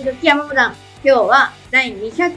時々山モダン。今日は第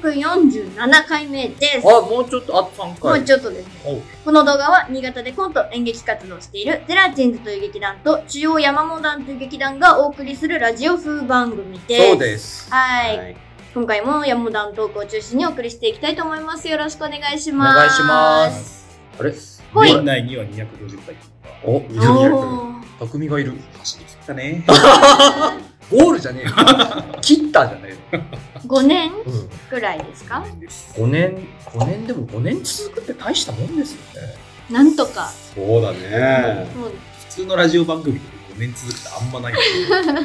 247回目です。 あ、もうちょっと、あと3回。 もうちょっとですね。この動画は新潟でコント演劇活動をしているゼラチンズという劇団と中央山モダンという劇団がお送りするラジオ風番組です。 そうです。 はい。今回も山モダントークを中心にお送りしていきたいと思います。よろしくお願いします。 お願いします。あれ年内には250回。 お、250回。匠がいる。 走り切ったね。 ゴールじゃねえよ。切ったじゃねえよ。 5年ぐらいですか ？5年でも5年続くって大したもんですよね。 なんとか。 そうだね。普通のラジオ番組で5年続くってあんまない。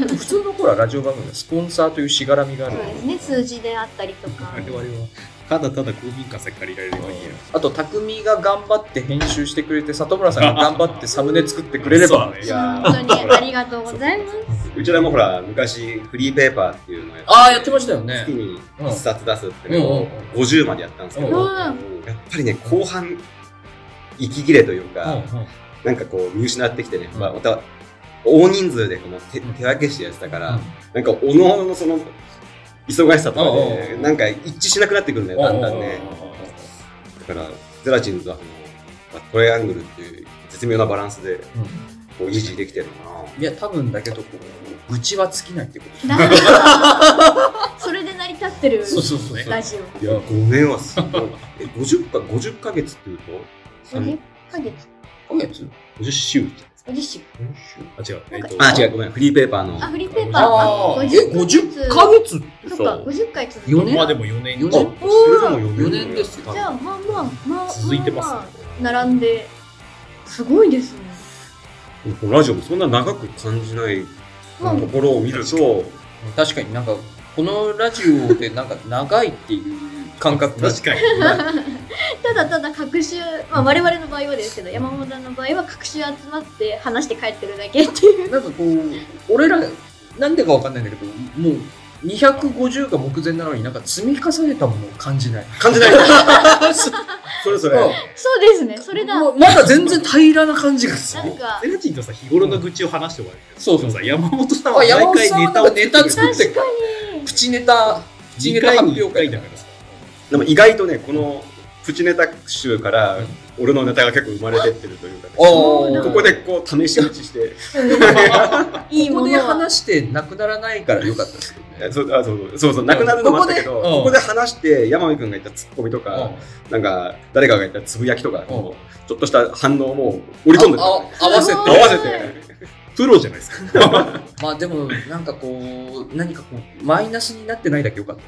普通の頃はラジオ番組はスポンサーというしがらみがある。 そうですね、数字であったりとか。 我々はただただ公民館さえ借りられればいいや。 あと匠が頑張って編集してくれて、里村さんが頑張ってサムネ作ってくれれば。 いや本当にありがとうございます。 うちらもほら昔フリーペーパーっていうのをやってましたよね。 月に1冊出すっていうのを50までやったんですけど、やっぱりね後半息切れというか、なんかこう見失ってきてね、また大人数でこの手分けしてやってたから、なんかおのおのその忙しさとかでなんか一致しなくなってくるんだよ、だんだんね。だからゼラチンズはトライアングルっていう絶妙なバランスでこう維持できてるのかな。 いや多分だけど愚痴は尽きないってことだそれで成り立ってるラジオ。 いや5年はすごい。50ヶ月っていうと 50ヶ月 50週じゃないですか。 50週。 違う、ごめん、フリーペーパーの。 フリーペーパー。 50ヶ月ってさ。そっか、50回続く。 4年？ まあでも4年。 4年。4年ですよ。 じゃあ、まあ、 続いてますね。 並んで、すごいですね。 ラジオもそんな長く感じないところを見ると、 確かになんか、このラジオでなんか長いっていう感覚確かに。 ただただ各週、我々の場合はですけど、山本の場合は各週集まって話して帰ってるだけっていう。 なんかこう、俺ら、なんでかわかんないんだけど、もう、250が目前なのになんか積み重ねたものを感じない。 それ。 そうですね、それだ。 まだ全然平らな感じがする。 なんか、 ゼラチンとさ、日頃の愚痴を話して終わるけど。 そう。 山本さんは毎回ネタ作って、プチネタ発表会だからさ。 でも意外とね、このプチネタ集から俺のネタが結構生まれてってるというか、ここでこう試し打ちして、 ここで話してなくならないからよかったですけどね。 そう、なくなるのもあったけど、ここで話して山見くんが言ったツッコミとか、なんか誰かが言ったつぶやきとか、ちょっとした反応も織り込んで合わせて。 プロじゃないですか。 まあでもなんかこう何かこうマイナスになってないだけよかった。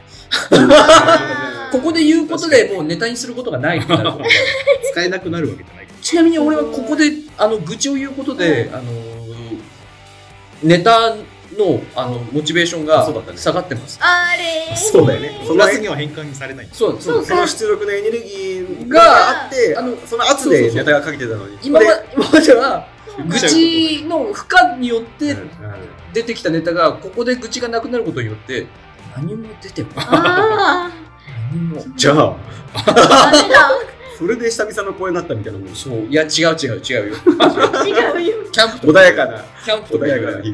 ここで言うことでもうネタにすることがないってなる。 使えなくなるわけじゃない。 ちなみに俺はここで愚痴を言うことでネタのモチベーションが下がってます。 あれ。 そうだよね。プラスには変換されない。その出力のエネルギーがあってその圧でネタがかけてたのに。 今までは。愚痴の負荷によって出てきたネタがここで愚痴がなくなることによって何も出てこない。 じゃあダメだ。 それで久々の声になったみたいなもん。 そう。いや違うよ。違うよ。 キャンプ穏やかな日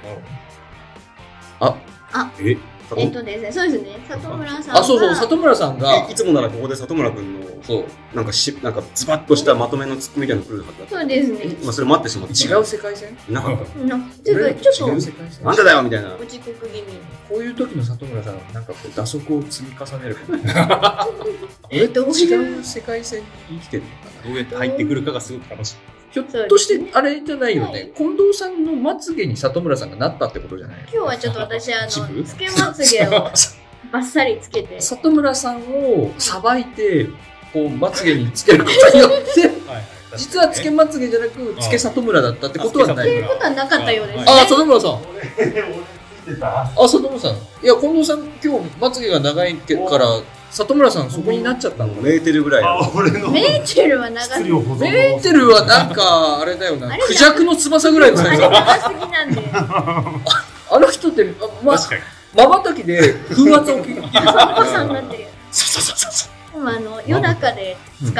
々。 ですね、そうですね、里村さんが。 そう、里村さんが。 いつもならここで里村くんの、なんかズバッとしたまとめのツッコミみたいなの来るはずだった。 そうですね。 それ待ってしまった。 違う世界線なかった。 ちょっと、 なんでだよみたいな。 遅刻気味。 こういう時の里村さんは、なんかこう、打足を積み重ねるから。俺と違う世界線に生きてるのかな。 どうやって入ってくるかがすごく楽しい。 ひょっとしてあれじゃないよね、近藤さんのまつげに里村さんがなったってことじゃない？ 今日はちょっと私つけまつげをバッサリつけて里村さんをさばいてこうまつげにつけることによって実はつけまつげじゃなくつけ里村だったってことはない？ っていうことはなかったようですね。 里村さん里村さん、いや近藤さん今日まつげが長いから里村さんそこになっちゃったの。 メーテルぐらい。 メーテルは長い。 メーテルはなんかあれだよな。クジャクの翼ぐらいのサイズ。 あれ長すぎなんで。 あの人ってまばたきで風圧を切る。 さんまさんになってる。 そう。 でも夜中で使った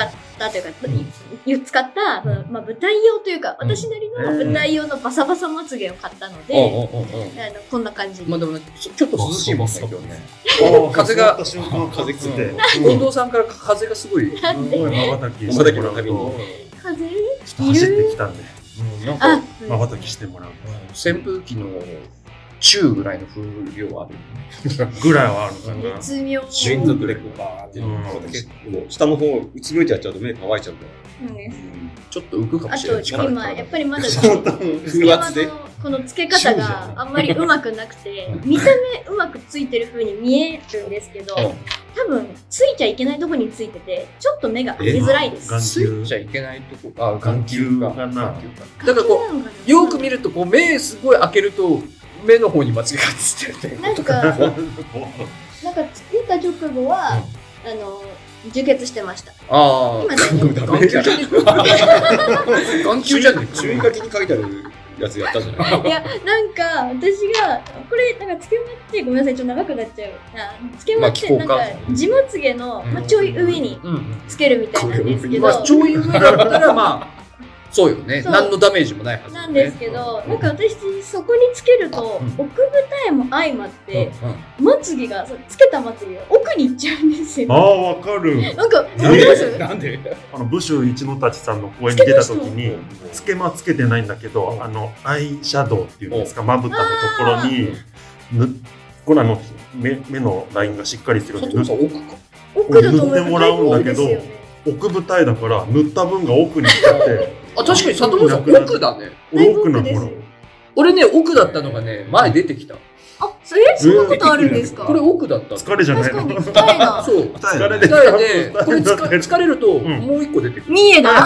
ったというか、使った、まあ、舞台用というか、私なりの舞台用のバサバサまつげを買ったので、こんな感じ。 まあでもね、ちょっと涼しいもんね、今日ね。 風が、 風来て。 近藤さんから風がすごい。 まばたきしてもらうと。 風走ってきたんで。なんか、まばたきしてもらう。 扇風機の中ぐらいの風量はあるぐらいはあるかな。 絶妙。 連続でこうバーって結構下の方うつむいてやっちゃうと目乾いちゃうから。 ちょっと浮くかもしれない。 あと今やっぱりまだ風圧でこの付け方があんまりうまくなくて、見た目うまくついてる風に見えるんですけど、多分ついちゃいけないとこについててちょっと目が開けづらいです。 ついちゃいけないとこ、眼球がな。 だからこうよく見るとこう目すごい開けると目の方に間違いがつってる。 なんかつけた直後は充血してました。 ああ、 今大眼球じゃねえか。眼球じゃねえか。 注意書きに書いてあるやつやったじゃない。 いや、なんか私がこれなんかつけまってごめんなさい、ちょっと長くなっちゃう。つけまってなんか地まつげのちょい上につけるみたいなんですけど、 ちょい上だったらまあそうよね。何のダメージもないはずなんですけど、なんか私そこにつけると奥二重も相まってまつげがつけたまつげが奥に行っちゃうんですよ。 ああ、わかる。 なんかわかります？ なんで？ 武州一の太さんの公演に出た時につけまつけてないんだけど、アイシャドウっていうんですか、まぶたのところにこれ目のラインがしっかりしてるんで奥だと思塗ってもらうんだけど、奥二重だから塗った分が奥に行っちゃって。 あ、確かに里村さん奥だね。 奥なほら。 俺ね、奥だったのがね、前出てきた。 あ、そんなことあるんですか？ これ奥だった。 疲れじゃないの？ 確かに疲れだ。 そう。 疲れで、これ疲れるともう一個出てくる。 三重だ。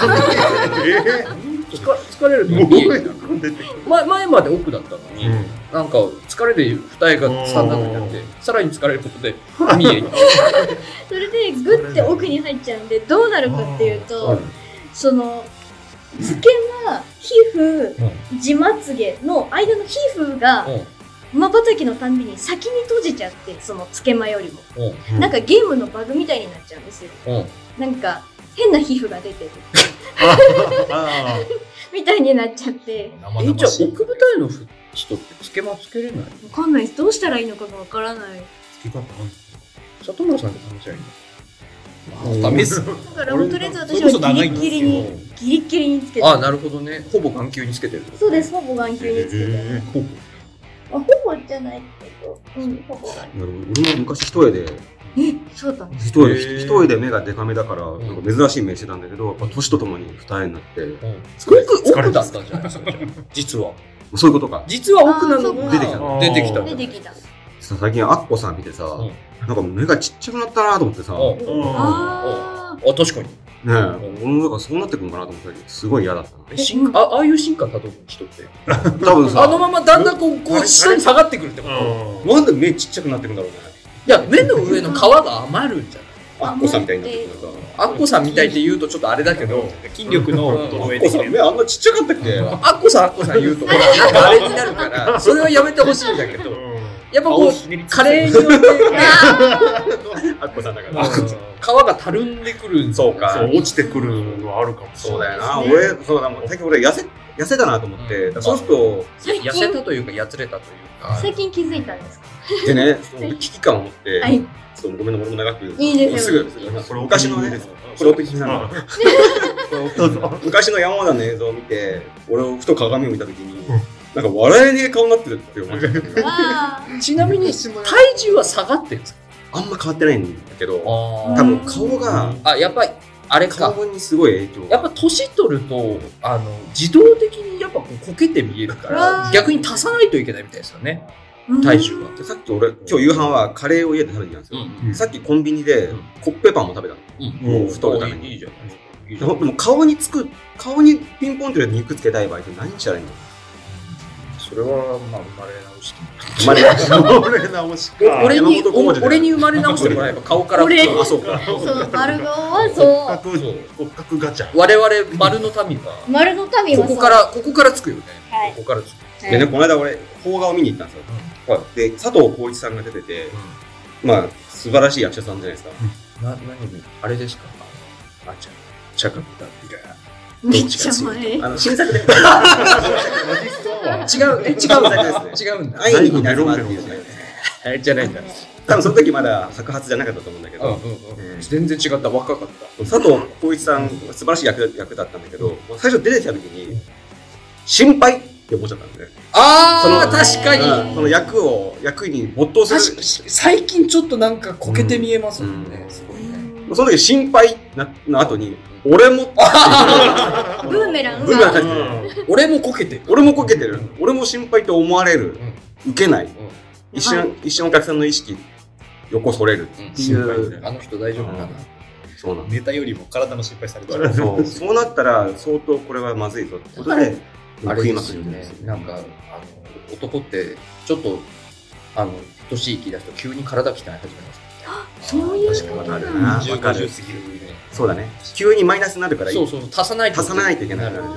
疲れるともう一個出てくる。前まで奥だったのに、なんか疲れで二重がスタンダードになって、さらに疲れることで三重に。 それでグッて奥に入っちゃうんで、どうなるかっていうと、そのつけま、皮膚、地まつげの間の皮膚がまばたきのたんびに先に閉じちゃって、そのつけまよりもなんかゲームのバグみたいになっちゃうんですよ。なんか変な皮膚が出てるみたいになっちゃって。 じゃあ奥二重の人ってつけまつけれない？わかんないです。どうしたらいいのかがわからない。 つけ方なんですか？里村さんで試しゃいいの？ダメです。だからとりあえず私はギリッギリにつけて。 あ、なるほどね。ほぼ眼球につけてる。 そうです。ほぼ眼球につけてる。ほぼじゃないけど、ほぼ眼球。 俺も昔一重で。 そうだね。 一重で目がデカめだからなんか珍しい目してたんだけど、年とともに二重になって奥だったんじゃないですか？実は。 そういうことか。 実は奥なのが出てきた。 出てきた。 最近アッコさん見てさ、なんか目がちっちゃくなったなと思ってさ。 あ、確かに。 ねえ、俺もだからそうなってくるのかなと思ったけど、すごい嫌だったな。ああいう進化たどる人って。 多分さ、 あのままだんだんこう下に下がってくるってこと。 なんで目ちっちゃくなってくんだろうね。 いや、目の上の皮が余るんじゃない？ アッコさんみたいになってくるから。 アッコさんみたいって言うとちょっとあれだけど、 筋力の衰えできて。目あんなちっちゃかったっけ？ アッコさん言うとほらなんかあれになるから、それはやめてほしいんだけど。やっぱこう加齢によってアッコさんだから皮がたるんでくるんそうか。 落ちてくるのはあるかもしれない。 そうだよな。そうだもん。最近俺痩せたなと思って、そうすると痩せたというかやつれたというか。 最近気づいたんですか？ でね、危機感を持って、ごめんな俺も長くいいですよ。 これ昔のね、これオープニングなの。昔の山田の映像を見て、俺をふと鏡を見たときに。なんか笑えねえ顔になってるって思っちゃってちなみに体重は下がってるんですか？ あんま変わってないんだけど、多分顔がやっぱりあれか顔にすごい影響。 やっぱ年取ると自動的にやっぱこけて見えるから逆に足さないといけないみたいですよね。体重は。 さっき俺今日夕飯はカレーを家で食べてきたんですよ。さっきコンビニでコッペパンも食べたの。もう太るために。いいじゃん。でも顔にピンポンと肉つけたい場合って何したらいいの？ それはまあ生まれ直して生まれ直しか。 俺に生まれ直してもらえば顔からそうか。 そう丸顔はそう骨格ガチャ。 我々丸の民は丸の民はここからつくよね。ここからつく。 でねこの間俺邦画を見に行ったんですよ。で佐藤浩市さんが出てて、まあ素晴らしい役者さんじゃないですか。 何あれですか？あちゃん。 茶か豚ビラ。 めっちゃ前。 新作で。違うですね。違うんだ。 愛に稲妻っていうね。 あれじゃないんだ。 多分その時まだ白髪じゃなかったと思うんだけど、 全然違った、若かった。 佐藤浩市さん、素晴らしい役だったんだけど、最初出てきた時に、心配って思っちゃったんですね。 ああ、確かに。 その役に没頭する。 最近ちょっとなんかこけて見えますもんね。 その時心配の後に、俺もブーメラン俺もこけてる。 俺もこけてる。俺も心配と思われる。受けない。一瞬お客さんの意識横それるっていう。 あの人大丈夫かな。 そうなんネタよりも体の心配されてる。 そうなったら相当これはまずいぞってことで食いますよね。 なんか男ってちょっと年いきだすと急に体鍛え始めます。 そういうことあるな。 50、50過ぎる。 そうだね。急にマイナスになるからそう足さないといけないから。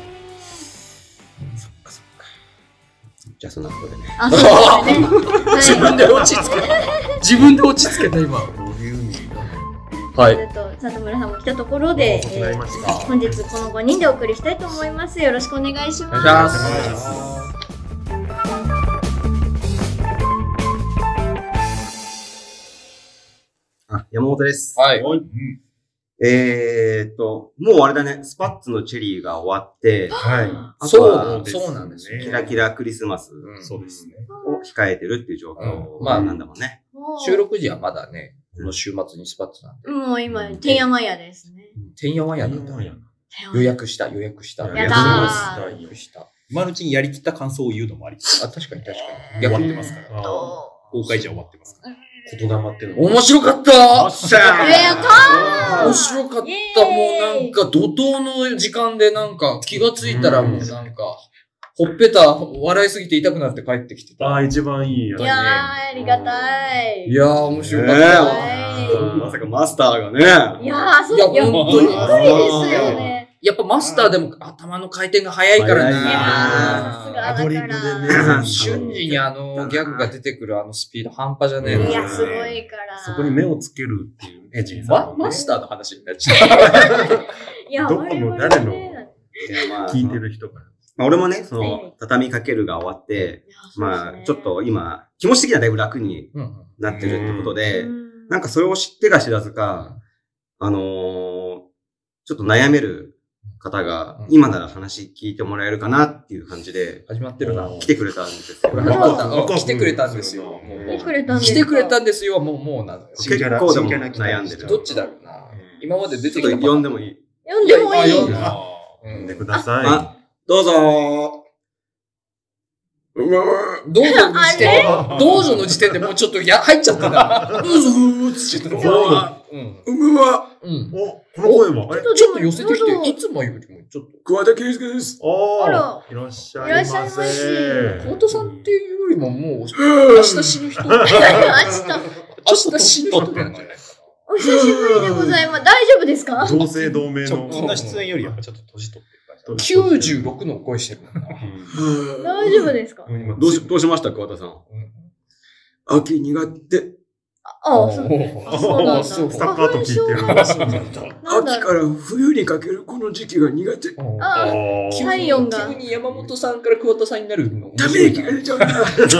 じゃあそんなことでね。 自分で落ち着けた今。はい。 里村さんも来たところで、本日この5人でお送りしたいと思います。よろしくお願いします。 お願いします。 山本です。 はい。 もうあれだね、スパッツのチェリーが終わって、 はい。 そうなんですね。 キラキラクリスマスそうですね。 を控えてるっていう状況なんだもんね。 収録時はまだね、この週末にスパッツなんで。 もう今、てんやまんやですね。 てんやわんやなんだ。予約した。 やったー。 今のうちにやりきった感想を言うのもあり。 確かに。 終わってますから。公開時は終わってますから。 言霊っていうの。 面白かったおっしゃー面白かった。もうなんか怒涛の時間でなんか気がついたらもうなんか、ほっぺた笑いすぎて痛くなって帰ってきてた。 一番いいよね。 いやー、ありがたい。 いやー、面白かった。 まさかマスターがね。 いやー、そういや、本当に。 ですよね。 やっぱマスターでも頭の回転が早いからね。 さすがアドリブでね。 瞬時にギャグが出てくるスピード半端じゃねえの。 いや、すごいから。 そこに目をつけるっていうね、ジンさん。 マスターの話になっちゃう。 いや、 どこの誰の聞いてる人から。 俺もね、畳みかけるが終わって、ちょっと今、気持ち的にはだいぶ楽になってるってことで、なんかそれを知ってか知らずか、ちょっと悩める方が、今なら話聞いてもらえるかなっていう感じで、 始まってるな。 来てくれたんですよ。 来てくれたんですよ。 来てくれたんです来てくれたんでよ。もうなのよ。 結構でも悩んでる。 どっちだろうな。今まで出てきた。 呼んでもいい。 呼んでもいい。 呼んでください。どうぞ道場の時点でもうちょっと入っちゃったな。どうぞーって言ってた。 この声も。 ちょっと寄せてきて、いつもよりもちょっと。 桑田佳祐です。 あら。 いらっしゃいませ。 桑田さんっていうよりももう、明日死ぬ人。明日死ぬ人なんじゃないかな。 お久しぶりでございます。大丈夫ですか？ 同姓同名の。 こんな出演よりやっぱちょっと年取ってる感じ。 96の声してるもんな。 大丈夫ですか？ どうしました桑田さん。秋苦手。 そうなんだ。 スタッカート聞いてる。 秋から冬にかけるこの時期が苦手。 体温が。 急に山本さんから桑田さんになるの。 ため息が出ちゃう。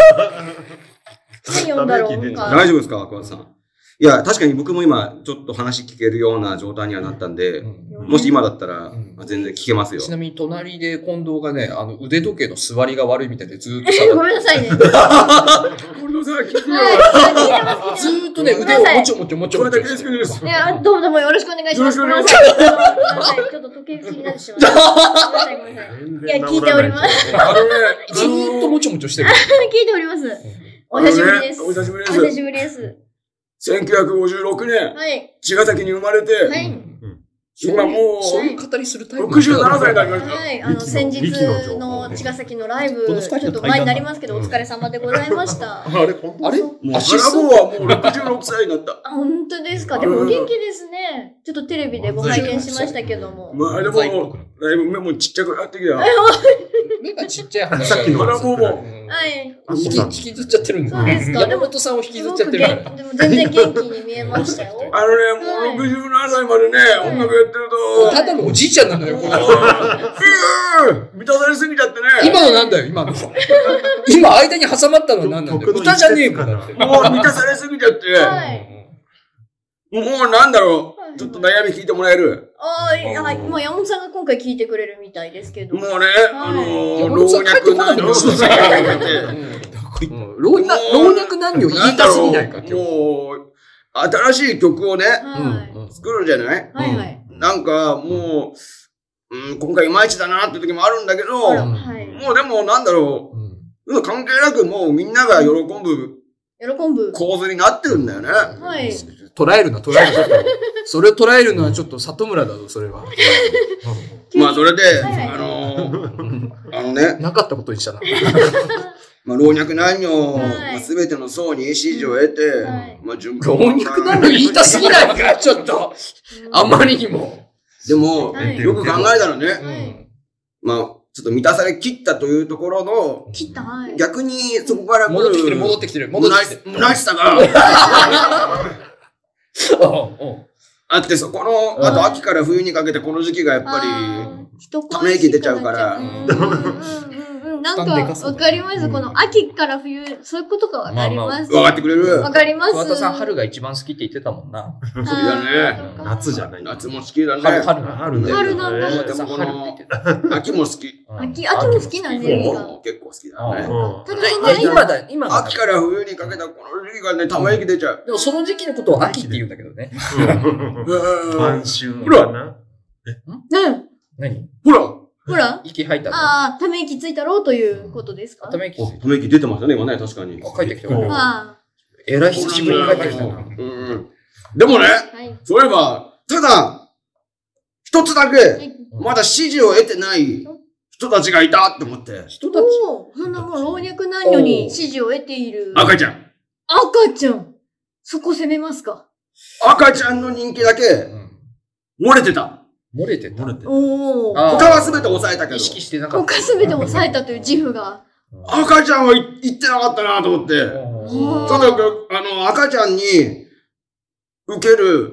体温だろうか。 大丈夫ですか桑田さん。いや、確かに僕も今、ちょっと話聞けるような状態にはなったんで、もし今だったら、全然聞けますよ。 ちなみに隣で近藤がね、腕時計の座りが悪いみたいでずーっとごめんなさいね。 近藤さん、聞いてよ。 ずーっとね、腕をもちょもちょもちょもちょ。 いや、どうもよろしくお願いします。ごめんなさい。ちょっと時計気になってしまった。ごめんなさい。いや、聞いております。 ずーっともちょもちょしてる。 聞いております。お久しぶりです。 お久しぶりです。 お久しぶりです。 1956年、茅ヶ崎に生まれて、今もう、 そういう語りするタイプ 67歳になりました。 はい、先日の茅ヶ崎のライブ、ちょっと前になりますけど、お疲れ様でございました。 あれもう、アラボーはもう66歳になった。 本当ですか？でもお元気ですね。ちょっとテレビでご拝見しましたけども。 まあでも、ライブ目もちっちゃくなってきた。 目がちっちゃい話。 さっきのブラボーボー。 はい。 引きずっちゃってるんそうですか。 山本さんを引きずっちゃってるから。 でも全然元気に見えましたよ。 もう67歳までね、音楽やってると。 ただのおじいちゃんなんだよ、この人。 満たされすぎちゃってね。 今のなんだよ、今の。今、間に挟まったのは何なんだよ。歌じゃねえかなって。 もう満たされすぎちゃって。 はい。 もうなんだろう。ちょっと悩み聞いてもらえる。 はい。もう山本さんが今回聞いてくれるみたいですけど。 もうね、老若男女。 老若男女言いたすぎないか、 もう、新しい曲をね、作るじゃない？ はいはい。 なんかもう、今回いまいちだなって時もあるんだけど、もうでもなんだろう。関係なくもうみんなが喜ぶ構図になってるんだよね。 はい。 捉えるな。それを捉えるのはちょっと里村だぞ、それは。 まあそれで、 なかったことにしたな。 まあ老若男女、すべての層に支持を得て、まあ老若男女言いたすぎないか、ちょっと。あまりにも。 でも、よく考えたらね、まあ、ちょっと満たされ切ったというところの、逆にそこから戻ってきてる。 虚しさが、あって、そこの、あと秋から冬にかけてこの時期がやっぱり、ため息出ちゃうから。 なんか、わかります。この秋から冬、そういうことがわかります。 わかってくれる？ わかります。 桑田さん、春が一番好きって言ってたもんな。 好きだね。 夏じゃない。 夏も好きだね。 春なんだ。 でもこの、秋も好き。 秋も好きなんですか？ 結構好きだね。 今秋から冬にかけたこの時期がね、ため息出ちゃう。 でもその時期のことを秋って言うんだけどね。 晩秋かな。 何？ ほら息吐いたの？ ため息ついたろうということですか？ ため息出てましたね、今ね、確かに。 帰ってきてる。えらい久しぶりに帰ってきたな。 でもね、そういえば、ただ、一つだけ、まだ支持を得てない人たちがいたって思って。 人たち？ そんなもう老若男女に支持を得ている。 赤ちゃん。 そこ攻めますか？ 赤ちゃんの人気だけ、漏れてた。 他は全て抑えたけど。 意識してなかった。 他全て抑えたという自負が。 赤ちゃんは言ってなかったなと思って。ちょっと、赤ちゃんに受ける、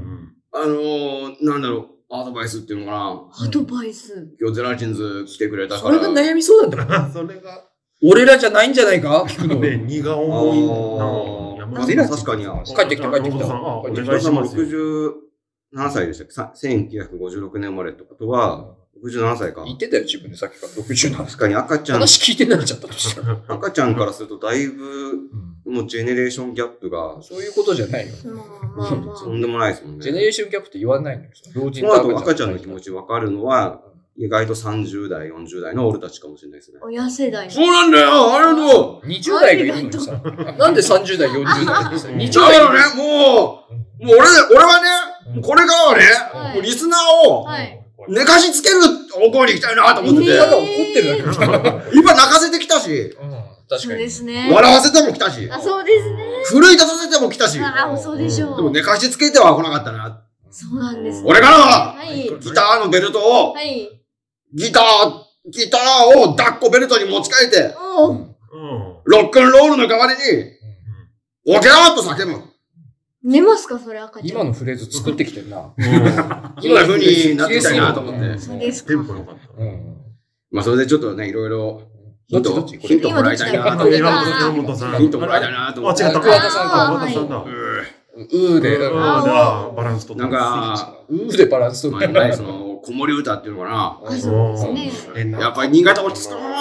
なんだろう、アドバイスっていうのかな。 アドバイス。 今日ゼラチンズ来てくれたから。 それが悩みそうなんだな。それが。俺らじゃないんじゃないか聞くの。 荷が重いな。 確かに。 帰ってきた。 お願いします。 67歳でしたっけ ?1956 年生まれってことは、67歳か。 言ってたよ、自分でさっきから67歳。 確かに赤ちゃん。 話聞いてなっちゃったとしたら。 赤ちゃんからするとだいぶ、もうジェネレーションギャップが。 そういうことじゃないよ。 とんでもないですもんね。 ジェネレーションギャップって言わないのよ。 老人と赤ちゃんの気持ち分かるのは、意外と30代、40代の俺たちかもしれないですね。 親世代。 そうなんだよありがとう !20 代がいるのにさ。なんで30代、40代でさ。 20代だからね、もう俺はね、これからはね、リスナーを、寝かしつける方向に行きたいなと思ってて。 ただ怒ってるだけ今泣かせてきたし。 確かに。 そうですね。 笑わせても来たし。 そうですね。 奮い立たせても来たし。 そうでしょう。 でも寝かしつけては来なかったな。 そうなんです。 俺からは、ギターのベルトを、ギターを抱っこベルトに持ち替えて、ロックンロールの代わりに、オケラーっと叫ぶ。 寝ますかそれ赤ちゃん。 今のフレーズ作ってきてるな。 そんな風になってきたいなと思って。 そうですか。 まあそれでちょっとね、いろいろ、ヒントもらいたいなと思って。ヒントもらいたいなと思って。 違った、桑田さんだ。 で、 バランスとなんか、 でバランスとその、子守歌っていうのかな。 そうですね。 やっぱり新潟落ち着くな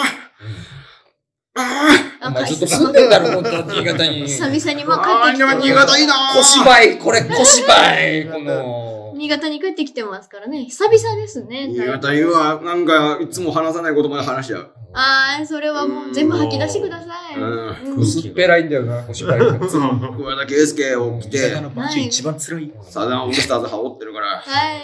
お前ずっと住んでんだろ、本当新潟に。 久々に帰ってきて。 新潟いいな小芝居、これ小芝居、この。 新潟に帰ってきてますからね。久々ですね。 新潟には、なんか、いつも話さない言葉で話しちゃう。 それはもう全部吐き出してください。 薄っぺらいんだよな、小芝居。 桑田佳祐を着て、 一番辛い。 サザンオールスターズ羽織ってるから。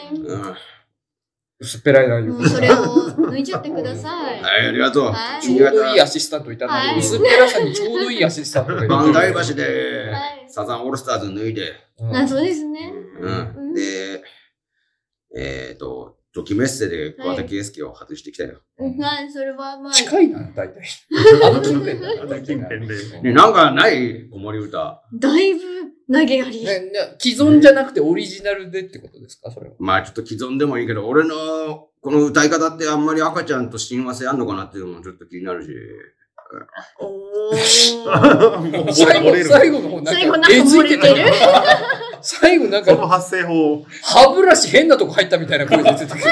薄っぺらいな、 それを抜いちゃってください。 はい、ありがとう。 ちょうどいいアシスタントいたのに、薄っぺらさにちょうどいいアシスタントがいた。 万代橋で、サザンオールスターズ脱いで。 そうですね。 で、 ときメッセで桑田佳祐を外してきたよ。 それはまあ。 近いな、大体。あの近辺だ。 ね、なんかない子守歌。 だいぶ投げやり。 既存じゃなくてオリジナルでってことですか、それは。 まあちょっと既存でもいいけど、俺のこの歌い方ってあんまり赤ちゃんと親和性あんのかなっていうのもちょっと気になるし。 最後の方なんか絵付いてる。最後なんか、 その発声法。 歯ブラシ変なとこ入ったみたいな声で出てくる。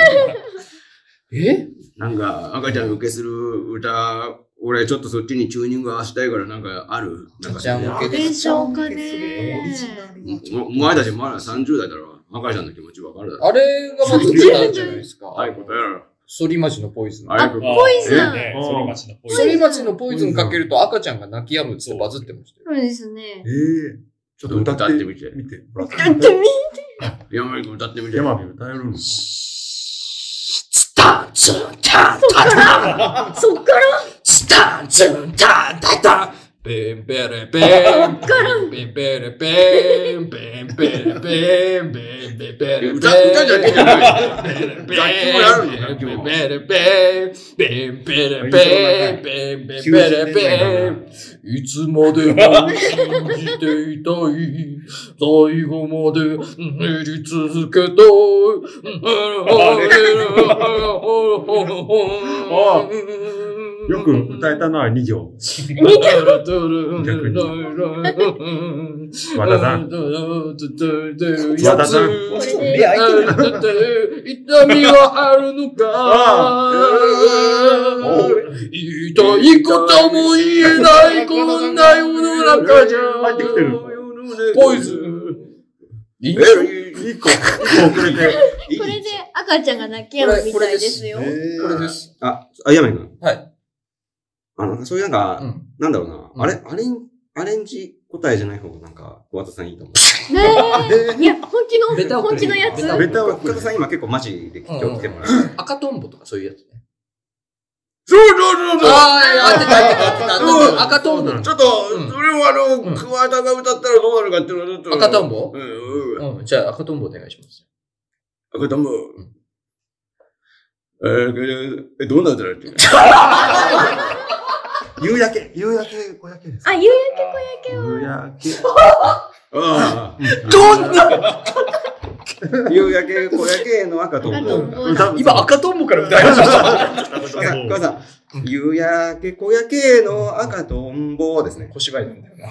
なんか赤ちゃん受けする歌、俺ちょっとそっちにチューニング合わせたいからなんかある？なんかじゃん受けでしょうかね。 お前たちまだ30代だろ。赤ちゃんの気持ちわかるだろ。 あれがまず出たんじゃないですか。 はい、答えろ。 反町のポイズン。 ポイズン。 反町のポイズンかけると赤ちゃんが泣き止むってバズってましたよ。 そうですね。 ちょっと歌ってみて。 歌ってみて。 山美君歌ってみて。 山美歌えるの？ スタンツンタンタタン。 そっからスタンツンタンタタン。ベンベレベン。ベンベレベン。ベンベレベン。ベンベレベン。歌じゃねえじゃない。楽器もやるの？ベンベレベン。ベンベレベン。ベンベレベン。いつまでも信じていたい。最後まで練り続けたい。 よく歌えたのは2行。 逆に。 和田さん。和田さん。 痛みはあるのか。言いたいことも言えないこんな世の中じゃ。 入ってきてる。 ポイズン。 一個遅れて。 これで赤ちゃんが泣き止むみたいですよ。 これです。 あ、ヤメ君。 はい。 そういうなんか、なんだろうな。アレンジ答えじゃない方がなんか、桑田さんいいと思う。 いや、本気のやつ。 桑田さん今結構マジで今日来てもらう。 赤トンボとかそういうやつね。 そう。 あった赤トンボ。 ちょっと、それを桑田が歌ったらどうなるかっていうのをちょっと。 赤トンボ？じゃあ赤トンボお願いします。 赤トンボ。どうなんだろうって。 夕焼け小焼けです。 あ、夕焼け小焼けは。 夕焼け。 どんな夕焼け小焼けの赤トンボ。 今赤トンボから歌いました。 母さん、夕焼け小焼けの赤トンボですね。 小芝居なんだよな。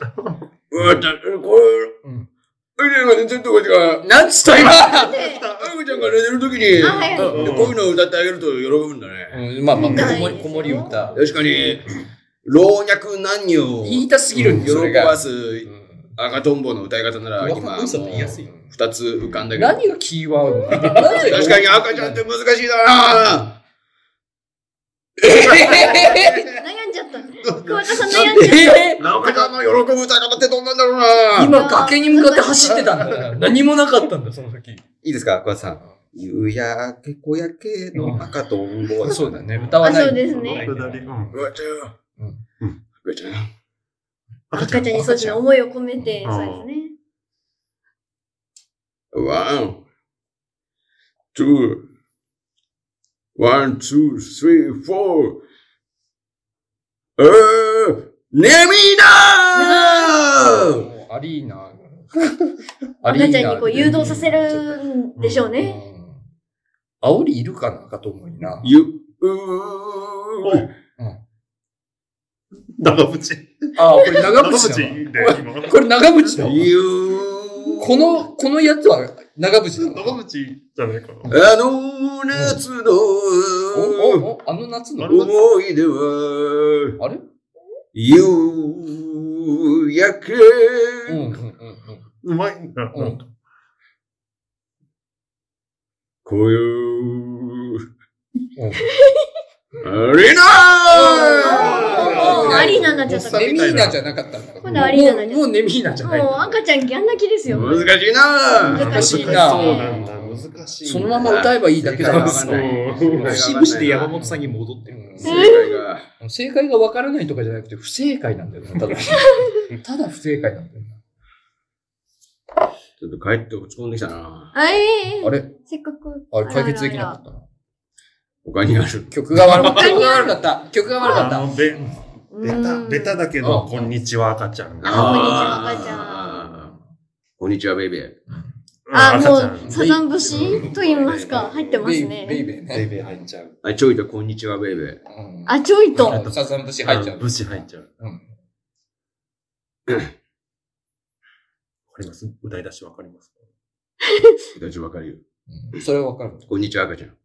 なんつった今赤ちゃんが寝てる時に、こういうのを歌ってあげると喜ぶんだね。 まあ、子守歌。 確かに、老若男女を言いたすぎるん喜ばす赤とんぼの歌い方なら今、2つ浮かんだけど。 何がキーワード確かに赤ちゃんって難しいだな悩んじゃった。桑田さん悩んじゃった。 赤ちゃんの喜ぶ歌い方ってどんなんだろうな。 今崖に向かって走ってたんだよ。何もなかったんだ、その時。 いいですか、桑田さん。夕焼け小焼けの赤とんぼ。 そうだね、歌わない。 そうですね。赤ちゃんにそっちの思いを込めて、そうですね。 1, 2, 3, 4. ネミナアリーナ。 赤ちゃんにこう誘導させるんでしょうね。 煽りいるかな赤と思いな。 長渕。 あ、これ長渕だ。これ長渕だ。このやつは長渕だ。 長渕じゃないかな。 あの夏の思い出は、 あれ夕焼け。 うまいんだ。 こういうアリーナアリーナになっちゃった。 ネミーナじゃなかったんだ。 今度アリーナになっちゃった。 もうネミーナじゃない。 もう赤ちゃんギャン泣きですよ。 難しいな。 難しいな。 そうなんだ。難しい。 そのまま歌えばいいだけだな。 節々で山本さんに戻ってる。 正解がわからないとかじゃなくて不正解なんだよな。ただ不正解なんだよな。 ちょっと帰って落ち込んできたな。 あれせっかく。あれ、解決できなかったな。 他にある。 曲が悪かった。曲が悪かった。 ベタだけど、こんにちは赤ちゃん。 こんにちは赤ちゃん。 こんにちはベイベー。 もう、サザン節と言いますか、入ってますね。 ベイベーね。 ベイベー入っちゃう。 ちょいとこんにちはベイベー。ちょいと。 サザン節入っちゃう。 節入っちゃう。わかります？歌い出しわかりますか？ 歌い出しわかるよ。 それはわかる。 こんにちは赤ちゃん。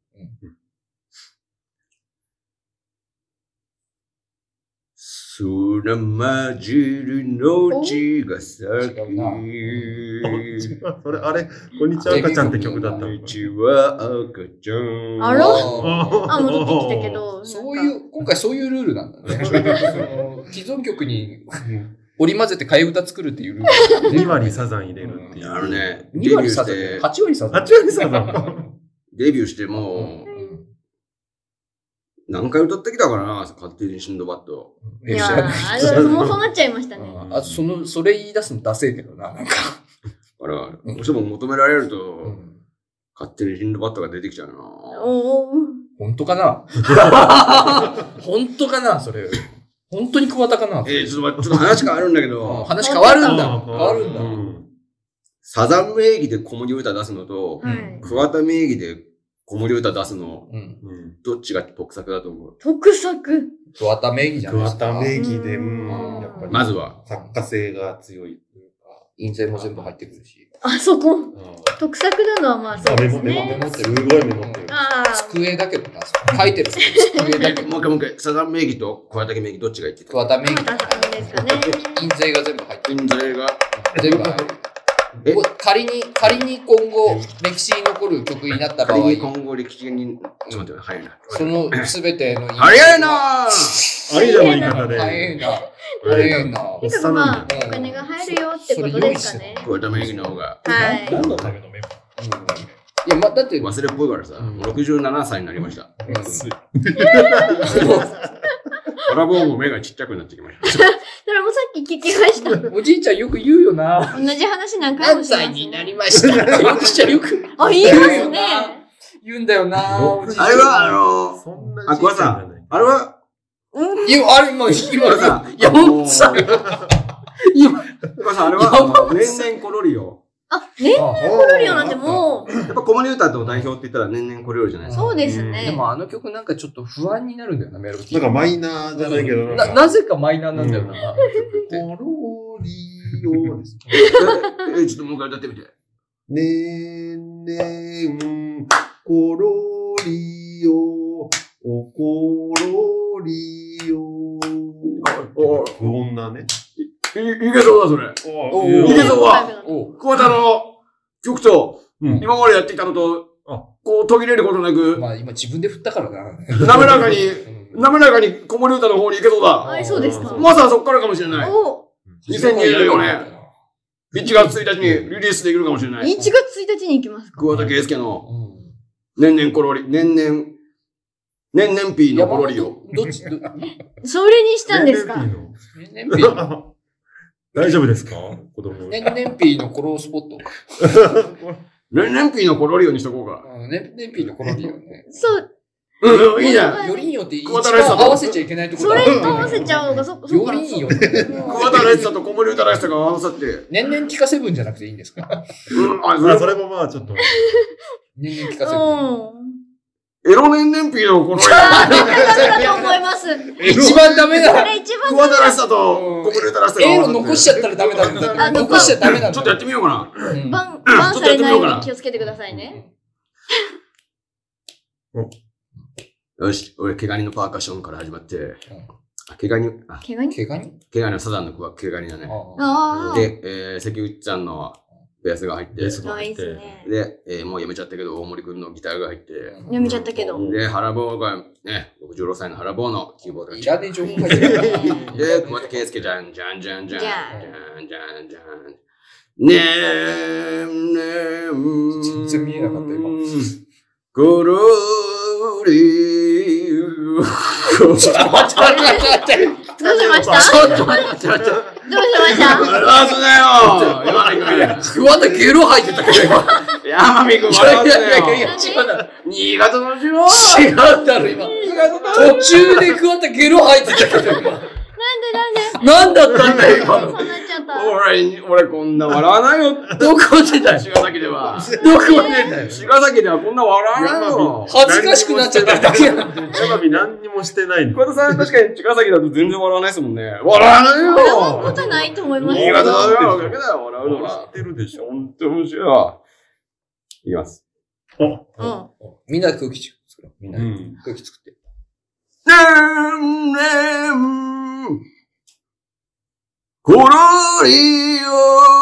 空混じるのちが咲き。 それ、あれ、こんにちは赤ちゃんって曲だった。こんにちは赤ちゃん。 戻ってきたけど。 今回そういうルールなんだね。既存曲に織り交ぜて替え歌作るっていうルール。 2割サザン入れるっていう。 2割サザン。8割サザン。 8割サザン。 デビューしてもう、何回歌ってきたからな、勝手にシンドバッド。 いやもうそうなっちゃいましたね。 それ言い出すのダセえけどな、なんか。 どうしても求められると、勝手にシンドバッドが出てきちゃうな。 本当かな本当かなそれ。本当に桑田かなちょっと話変わるんだけど。 話変わるんだ。変わるんだ。 サザン名義で子守歌出すのと、桑田名義で子守歌出すの、どっちが得策だと思う？ 得策？ 桑田名義じゃないですか。 桑田名義で、やっぱり。 まずは。 作家性が強いというか。 印税も全部入ってくるし。 そこ。得策なのはまあそうですね。 メモってる。すごいメモってる。 机だけどな。書いてる机だけど。 もう一回。サザン名義と桑田名義どっちが言ってた？ 桑田名義。 ですかね。 印税が全部入ってる。 印税が全部入ってる。仮に今後歴史に残る曲になった場合、 仮に今後歴史に、ちょっと待って、早いな。 そのすべての早いなありの言い方で。 早いな。 まあ、お金が入るよってことですかね。 桑田名義の方が。 はい。 何のためのメモ？ いや、だって忘れっぽいからさ、67歳になりました。コラボも目がちっちゃくなってきました。 それもさっき聞きました。 おじいちゃんよく言うよな。 同じ話何回もします。 何歳になりました。おじいちゃんよく。 言いますね。 言うんだよな。 あれは桑さん、あれは今さ、4歳。 桑さん、あれは年々コロリオ。 年々コロリオなんてもう。 やっぱ子守歌の代表って言ったら年々コロリオじゃないですか。 そうですね。 でもあの曲なんかちょっと不安になるんだよな、メロディー。 なんかマイナーじゃないけど。 なぜかマイナーなんだよな。 コロリオです。 ちょっともう一回歌ってみて。 ねんねん、コロリオ、おころりお。不穏なね。 いけそうだ、それ。いけそうは、桑田の曲と、今までやってきたのと、こう途切れることなく、 まあ今自分で振ったからな。 滑らかに子守歌の方に行けそうだ。 そうですか。 まずはそっからかもしれない。2024年、1月1日にリリースできるかもしれない。 1月1日に行きますか？ 桑田佳祐の、年々コロリ、年々ピーのコロリを。 それにしたんですか？ 年々ピー。 大丈夫ですか？子供。 年々ピーのコロスポット。 年々ピーのコロリオにしとこうか。 年々ピーのコロリオね。 そう。 いいじゃん。 よりによって一番合わせちゃいけないところそれと合わせちゃうのがよりによって。 桑田らしさと子守歌らしさが合わさって。 年々聞かせ分じゃなくていいんですか？ それもまあちょっと。 年々聞かせ分。 エロ年々ピーのこのだと思います。 一番ダメだ。 桑田らしさと子守歌らしさが合わさって。残しちゃったらダメだ。残しちゃダメだ。 ちょっとやってみようかな。 バンされないように気をつけてくださいね。 よし、俺、毛ガニのパーカッションから始まって、毛ガニのサザンの子は毛ガニだね。で、関口さんのベースが入って、で、もうやめちゃったけど、大森くんのギターが入って、 やめちゃったけど。 で、原坊がね、66歳の原坊のキーボードがいらねえ情報がいる。 で、桑田佳祐じゃん、じゃん、じゃん、じゃん、じゃん、じゃん、じゃん。ねえ、ねえ、 全然見えなかった、今。 コロリちょっと待って。 どうしました？ ちょっと待って、 どうしました？ 笑わすなよ。 桑田ゲロ吐いてたけど、今。 山見くん笑わすなよ。 違うだろ。 新潟の地方。 違うだろ、今。途中で桑田ゲロ吐いてたけど、今。なんだったんだよ、今の。 そうなっちゃった。 俺こんな笑わないよ。 どこでだよ。 茅ヶ崎では。 どこでだよ。 茅ヶ崎ではこんな笑わないよ。 恥ずかしくなっちゃっただけなんだよ。 山火何にもしてないの。 桑田さん確かに茅ヶ崎だと全然笑わないですもんね。笑わないよ。 笑うことないと思います。 新潟だよ。だけだよ、笑うのは。 笑ってるでしょ。 ほんと面白い。いきます。 みんなで空気作ろう。みんなで空気作って。 ころりよ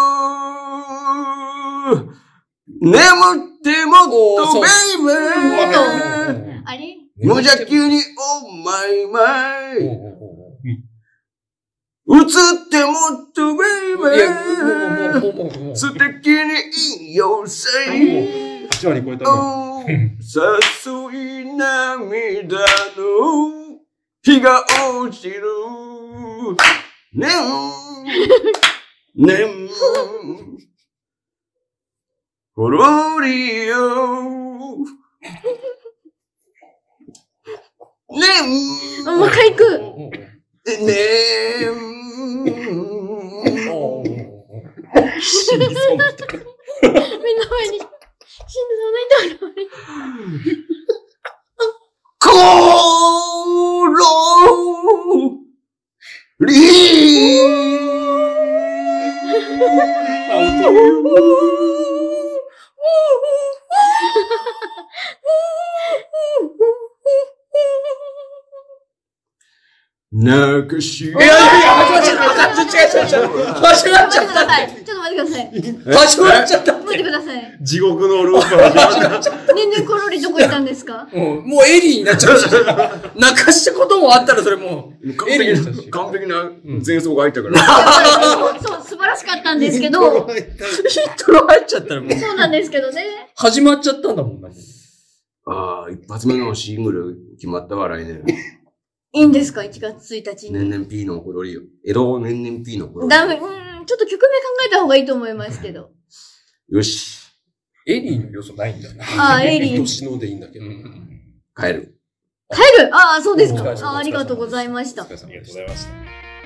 眠ってもっとベイベーあれ無邪気にオーマイマイ映ってもっとベイベー素敵にいいよせい 8割超えたの。 誘い涙の日が落ちるねん、ねん、ほろりよ、ねん、 もう一回行く。 ねん、 死にそうなった。 目の前に死んでそうな人がいる。 ころり泣かしい。 いや、始まっちゃった。始まっちゃった。 ちょっと待ってください。 始まっちゃった。 待ってください。 地獄のループ始まった。 ねんねんころりどこ行ったんですか？ もうエリーになっちゃうし。泣かしたこともあったらそれもう。 完璧な前奏が入ったから。 そう、素晴らしかったんですけど。 ヒットロ入っちゃったらもう。 そうなんですけどね。 始まっちゃったんだもんな。 ああ、一発目のシングル決まったわ、来年。 いいんですか ?1 月1日に。 年々 P のころりよ。エロ年々 P のころり。 ダメ、ちょっと曲名考えた方がいいと思いますけど。 よし。 エリーの要素ないんだな。 ああ、エリー。 年のでいいんだけど。 帰る。 帰るああ、そうですか。ありがとうございました。 ありがとうございました。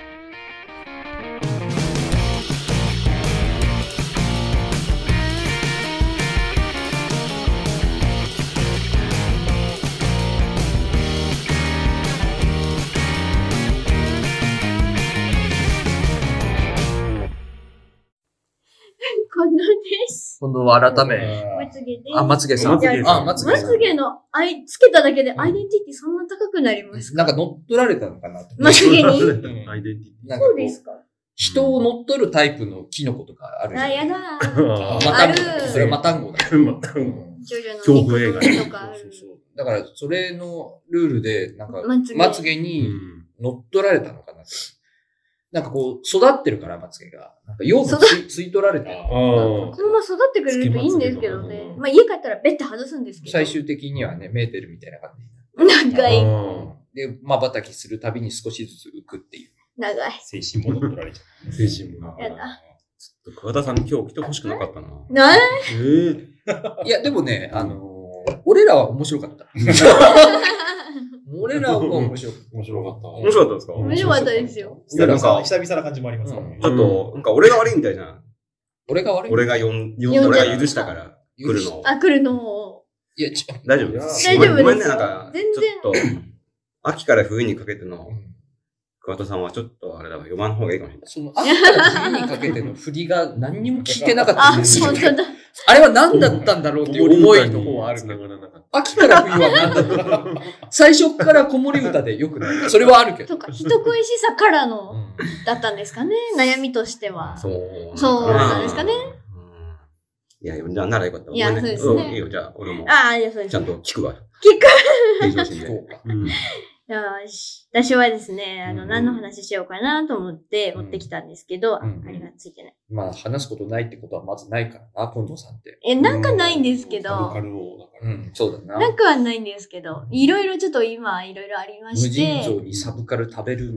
このです。 今度は改め。 まつげです。 あ、まつげさん。 まつげのつけただけでアイデンティティそんな高くなりますか？ なんか乗っ取られたのかなと。 まつげに。 そうですか。人を乗っ取るタイプのキノコとかあるじゃん。 あ、やだ。 ある。それはマタンゴだ。 ジョジョの恐怖映画とかある。 だから、それのルールで、なんか、まつげに乗っ取られたのかなって。なんかこう、育ってるから、まつげが。なんか養分吸い取られてる。 このまま育ってくれるといいんですけどね。まあ家帰ったらベッて外すんですけど。 最終的にはね、メーテルみたいな感じ。 長い。 で、まばたきするたびに少しずつ浮くっていう。 長い。 精神も乗っ取られちゃう。 精神も。 やだ。 ちょっと桑田さん今日来てほしくなかったな。 いや、でもね、俺らは面白かった。俺らは面白かった。 面白かった。面白かったですか？ 面白かったですよ。 なんか、久々な感じもありますね。 ちょっと、なんか俺が悪いみたいな。 俺が悪い？ 俺が許したから、来るの。 あ、来るのを。 いや、 大丈夫です。 大丈夫です。 ごめんね、なんか、ちょっと、秋から冬にかけての、桑田さんはちょっとあれだわ、読まん方がいいかもしれない。 その秋から冬にかけての振りが何にも聞いてなかったんですよ。 あ、本当だ。 あれは何だったんだろうっていう思いの方はあるけど。秋から冬は何だったの？最初から子守歌でよくない？それはあるけど。 とか、人恋しさからの、だったんですかね、悩みとしては。そうなんですかね。 いや、じゃあならよかった。 いや、そうですね。 いいよ、じゃあ俺も。 ああ、いや、そうです。 ちゃんと聞くわ。 聞くそうか。 よし。私はですね、何の話しようかなと思って持ってきたんですけど、あれがついてない。 まあ、話すことないってことはまずないからな、近藤さんって。 なんかないんですけど。 そうだな。 なんかはないんですけど、いろいろちょっと今、いろいろありまして。 無尽蔵にサブカル食べるマン。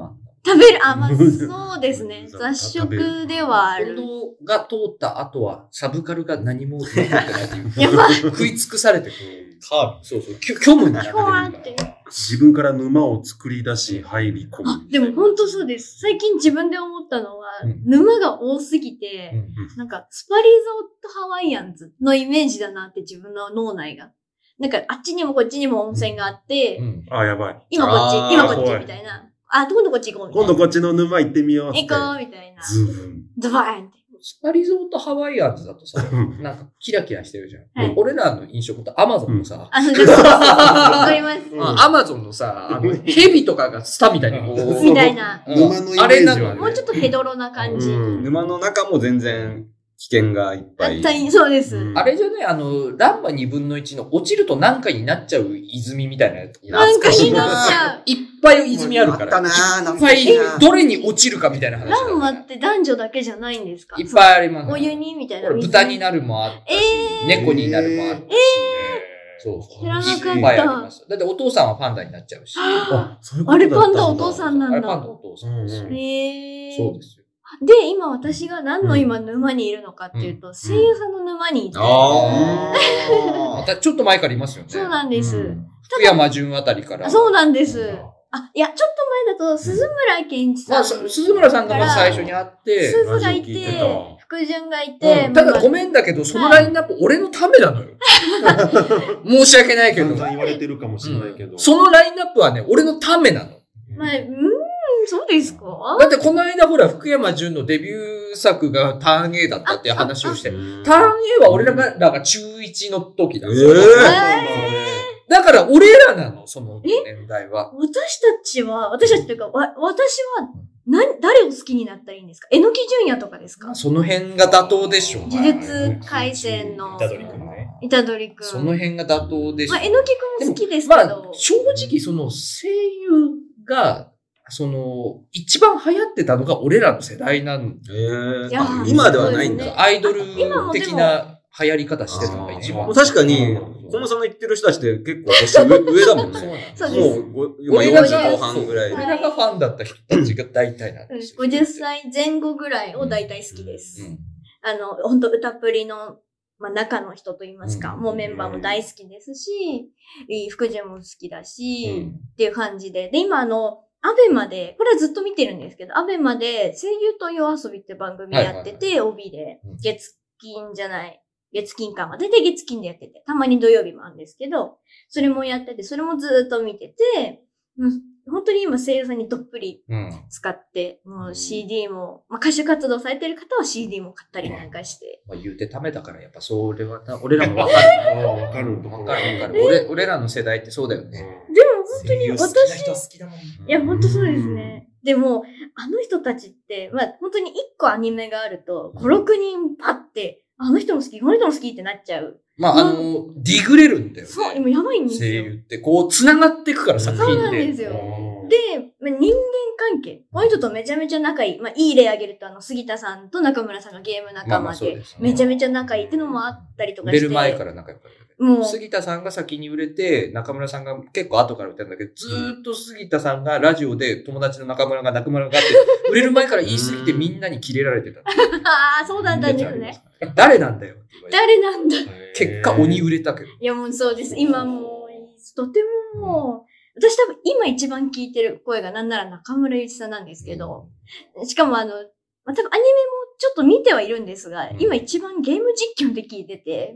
食べる、まあ、そうですね。雑食ではある。 行動が通った後は、サブカルが何も残ってないという。 やばい。 食い尽くされてくる。 カービそうそう。虚無になってるから。 自分から沼を作り出し、入り込む。 でも本当そうです。最近自分で思ったのは、沼が多すぎて、なんか、スパリゾートハワイアンズのイメージだなって自分の脳内が。なんか、あっちにもこっちにも温泉があって、 やばい。 今こっち、今こっちみたいな。今度こっち行こうみたいな。 今度こっちの沼行ってみよう。 行こうみたいな。ズバーンって。 スパリゾートハワイアンズだとさ、なんかキラキラしてるじゃん。俺らの印象とアマゾンのさ、 わかります。 アマゾンのさ、ヘビとかがスタみたいにみたいな。 沼のイメあれージはね。 もうちょっとヘドロな感じ。 沼の中も全然危険がいっぱい。 そうです。 あれじゃね、ランマ2分の1の落ちると何回になっちゃう泉みたいなやつ。 何回になっちゃう。 いっぱい泉あるから。 あったなぁ。 いっぱいどれに落ちるかみたいな話。 ランマって男女だけじゃないんですか？ いっぱいあります。 お湯にみたいな。 豚になるもあったし、猫になるもあったし。そうそう。 知らなかった。 いっぱいあります。だってお父さんはパンダになっちゃうし。 あれパンダお父さんなんだ。 あれパンダお父さんです。そうですよ。 で、今私が何の今沼にいるのかっていうと、声優さんの沼にいて。 またちょっと前からいますよね。 そうなんです。 福山潤あたりから。 そうなんです。いや、ちょっと前だと、鈴村健一さん。 鈴村さんがまず最初に会って、 鈴がいて、福潤がいて。 ただごめんだけど、そのラインナップ俺のためなのよ。申し訳ないけど。 言われてるかもしれないけど。 そのラインナップはね、俺のためなの。 そうですか？ だってこの間ほら、福山潤のデビュー作がターン A だったって話をして、ターン A は俺らが中1の時だ。だから俺らなの、その年代は。 私たちというか、私は、誰を好きになったらいいんですか？榎木純也とかですか？ その辺が妥当でしょ。 呪術廻戦の。 虎杖くんね。 虎杖くん。 その辺が妥当でしょ。 榎木くん好きですけど。 正直その声優が、一番流行ってたのが俺らの世代なん今ではないんだ。 アイドル的な流行り方してたのが一番。 確かに、小野さんの言ってる人たちって結構年上だもんね。 そうです。 もう、40後半ぐらいで。 俺らがファンだった人たちが大体なんですよ。 50歳前後ぐらいを大体好きです。本当歌プリの、中の人といいますか、もうメンバーも大好きですし、福潤も好きだし、っていう感じで。で、今アベマで、これはずっと見てるんですけど、アベマで声優と夜遊びって番組やってて、帯で、月金か。大体月金でやってて、たまに土曜日もあるんですけど、それもやってて、それもずっと見てて、本当に今声優さんにどっぷり使って、もう CD も、歌手活動されてる方は CD も買ったりなんかして。 言うてためだから、やっぱそれは俺らもわかる。 わかる。俺らの世代ってそうだよね。 でも本当にいや、本当そうですね。でも、あの人たちって、本当に1個アニメがあると、5、6人パッて、あの人も好き、この人も好きってなっちゃう。 ディグれるんだよね。 そう、今やばいんですよ。 声優って、繋がっていくから作品で。 そうなんですよ。で、人間関係。この人とめちゃめちゃ仲いい。いい例挙げると、杉田さんと中村さんがゲーム仲間で、めちゃめちゃ仲いいってのもあったりとかして。 出る前から仲良かった。もう杉田さんが先に売れて、中村さんが結構後から売ったんだけど、ずーっと杉田さんがラジオで友達の中村がって、売れる前から言い過ぎてみんなにキレられてた。 そうだったんですね。 誰なんだよって言われて。 誰なんだ。 結果鬼売れたけど。 いやもうそうです。今もう、とてももう、私多分今一番聞いてる声がなんなら中村ゆういちさんなんですけど、しかも多分アニメもちょっと見てはいるんですが、今一番ゲーム実況で聞いてて。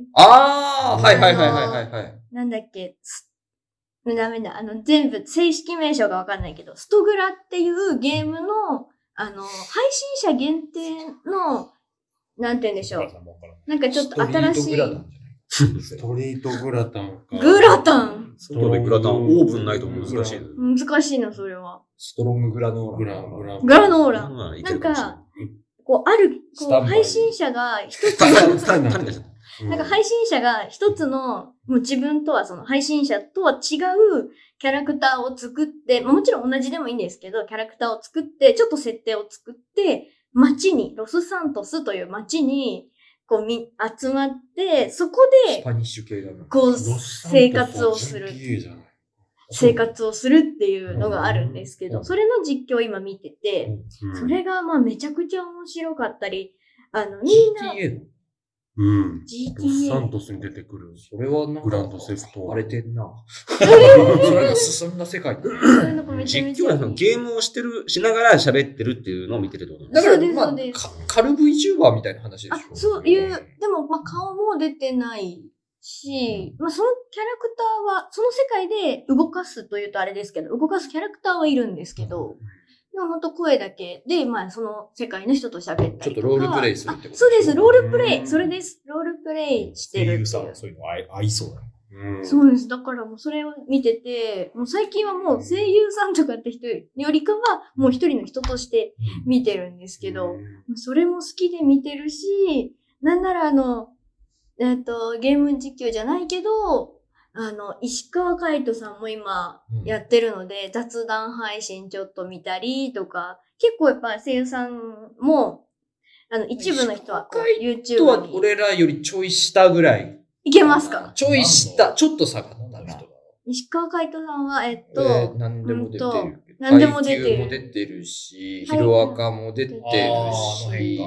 はい。 なんだっけ、ダメだ。全部正式名称がわかんないけど、ストグラっていうゲームの、配信者限定の、なんて言うんでしょう。なんかちょっと新しい。 ストリートグラタンか。 グラタン。 外でグラタン、オーブンないと難しい。 難しいな、それは。 ストロンググラノーラ。 グラノーラ。なんか、配信者が一つなんか配信者が一つの、もう自分とはその配信者とは違うキャラクターを作って、もちろん同じでもいいんですけど、キャラクターを作って、ちょっと設定を作って、ロスサントスという街に、集まって、そこで、 スパニッシュ系だな。 生活をする。 生活をするっていうのがあるんですけど、それの実況を今見てて、それがまあめちゃくちゃ面白かったり、みんな、 GTA？ GTA。 サントスに出てくる。 それはなんか、 グランドセフト。 荒れてんな。それが進んだ世界。 実況はゲームをしながら喋ってるっていうのを見てるってことだから、まあ、カル VTuber みたいな話でしょ。 そういう、でも、まあ、顔も出てないし、まあ、そのキャラクターは、その世界で動かすというとあれですけど、動かすキャラクターはいるんですけど、でも本当声だけで、まあその世界の人と喋ったりとか。 ちょっとロールプレイするってことそうです、ロールプレイ。それです。ロールプレイしてるっていう。 そういうの合いそうだね。 そうです。だからもうそれを見てて、もう最近はもう声優さんとかって人よりかは、もう一人の人として見てるんですけど、それも好きで見てるし、なんならゲーム実況じゃないけど、石川海人さんも今やってるので、雑談配信ちょっと見たりとか、結構やっぱ声優さんも、一部の人は YouTube に。 は俺らよりちょい下ぐらい。 いけますか？ ちょい下、ちょっと下がったな。 石川海人さんは、 何でも出てる。 何でも出てる。 配給も出てるし、ヒロアカも出てるし、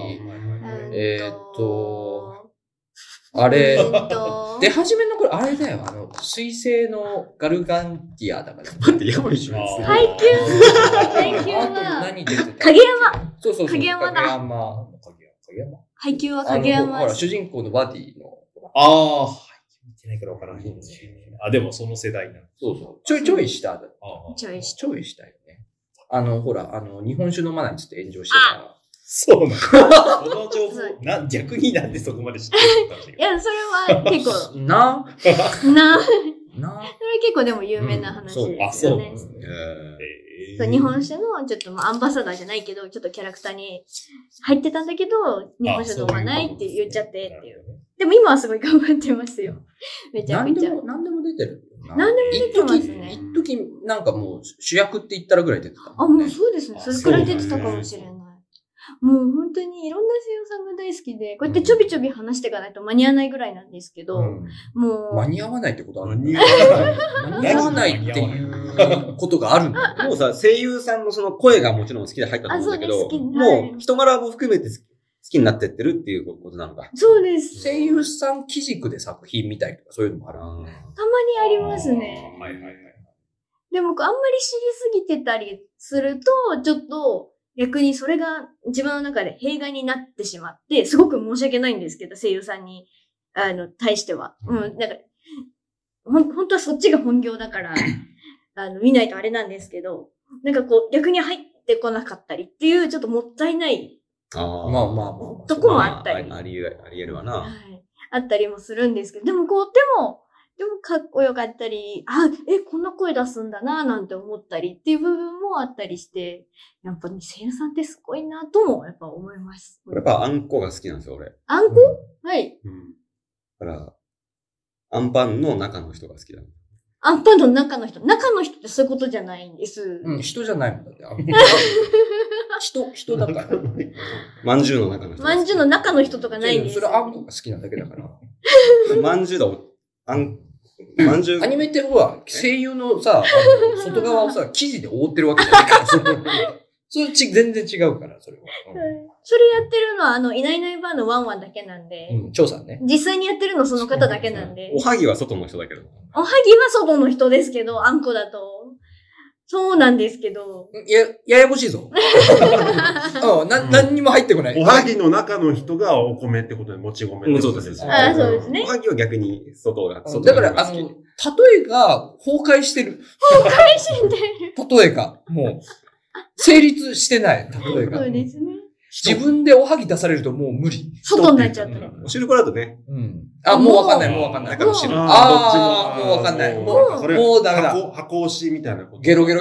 あれ、出始めの頃、あれだよ、水星のガルガンティアだから。 待って、やばいします。 配給は、 何出てた？ 影山。 そう。 影山だ。 影山。 配給は影山。 ほら、主人公のバディの。 見てないから分からない。でもその世代なの。 そう。ちょい下だ。 ちょい下よね。ほら、日本酒飲まないっつって炎上してた。 そうなの。この情報、逆になんでそこまで知ってるのか。 いや、それは結構。 な。 それ結構でも有名な話ですよね。日本酒のちょっとアンバサダーじゃないけど、ちょっとキャラクターに入ってたんだけど、日本酒飲まないって言っちゃってっていう。でも今はすごい頑張ってますよ。めちゃくちゃ。 何でも出てる。 何でも出てますね。 一時なんかもう主役って言ったらぐらい出てた。 もうそうですね。それくらい出てたかもしれない。もう本当にいろんな声優さんが大好きで、こうやってちょびちょび話していかないと間に合わないぐらいなんですけど、もう。 間に合わないってことあるんだ。間に合わないっていうことがあるんだ。 もうさ、声優さんのその声がもちろん好きで入ったと思うんだけど、もう人柄も含めて好きになってってるっていうことなのか。 そうです。 声優さん基軸で作品見たりとかそういうのもある。たまにありますね。でもあんまり知りすぎてたりすると、ちょっと、逆にそれが自分の中で弊害になってしまって、すごく申し訳ないんですけど、声優さんに、対しては。なんか、本当はそっちが本業だから、見ないとあれなんですけど、なんかこう、逆に入ってこなかったりっていう、ちょっともったいない。 まあ。 とこもあったり。 あり得るわな。 はい。あったりもするんですけど、でもかっこよかったり、こんな声出すんだな、なんて思ったりっていう部分もあったりして、やっぱね、声優さんってすごいな、とも、やっぱ思います。 やっぱあんこが好きなんですよ、俺。 あんこ？はい。 だから、アンパンの中の人が好きだ。 アンパンの中の人ってそういうことじゃないんです。 人じゃないもんだって。人だから。 まんじゅうの中の人。 まんじゅうの中の人とかないんです。 それあんこが好きなだけだから。 まんじゅうだ、まんじゅう。 アニメってほら、声優のさ、外側をさ、生地で覆ってるわけじゃないから、それ全然違うから、それは。 それやってるのは、いないいないばーのワンワンだけなんで。 張さんね。 実際にやってるのその方だけなんで。 おはぎは外の人だけど。 おはぎは外の人ですけど、あんこだと。そうなんですけど。 ややこしいぞ。何にも入ってこない。 おはぎの中の人がお米ってことで、もち米ってことです。 そうですね。 おはぎは逆に外が。 だから、例えが崩壊してる。例えが、もう、成立してない。例えが。 そうですね。 自分でおはぎ出されるともう無理。 外になっちゃった。 お汁粉だとね。 もうわかんない。もうわかんない。 だから汁。 もうわかんない。もうダメだ。 箱押しみたいなこと。 ゲロ。も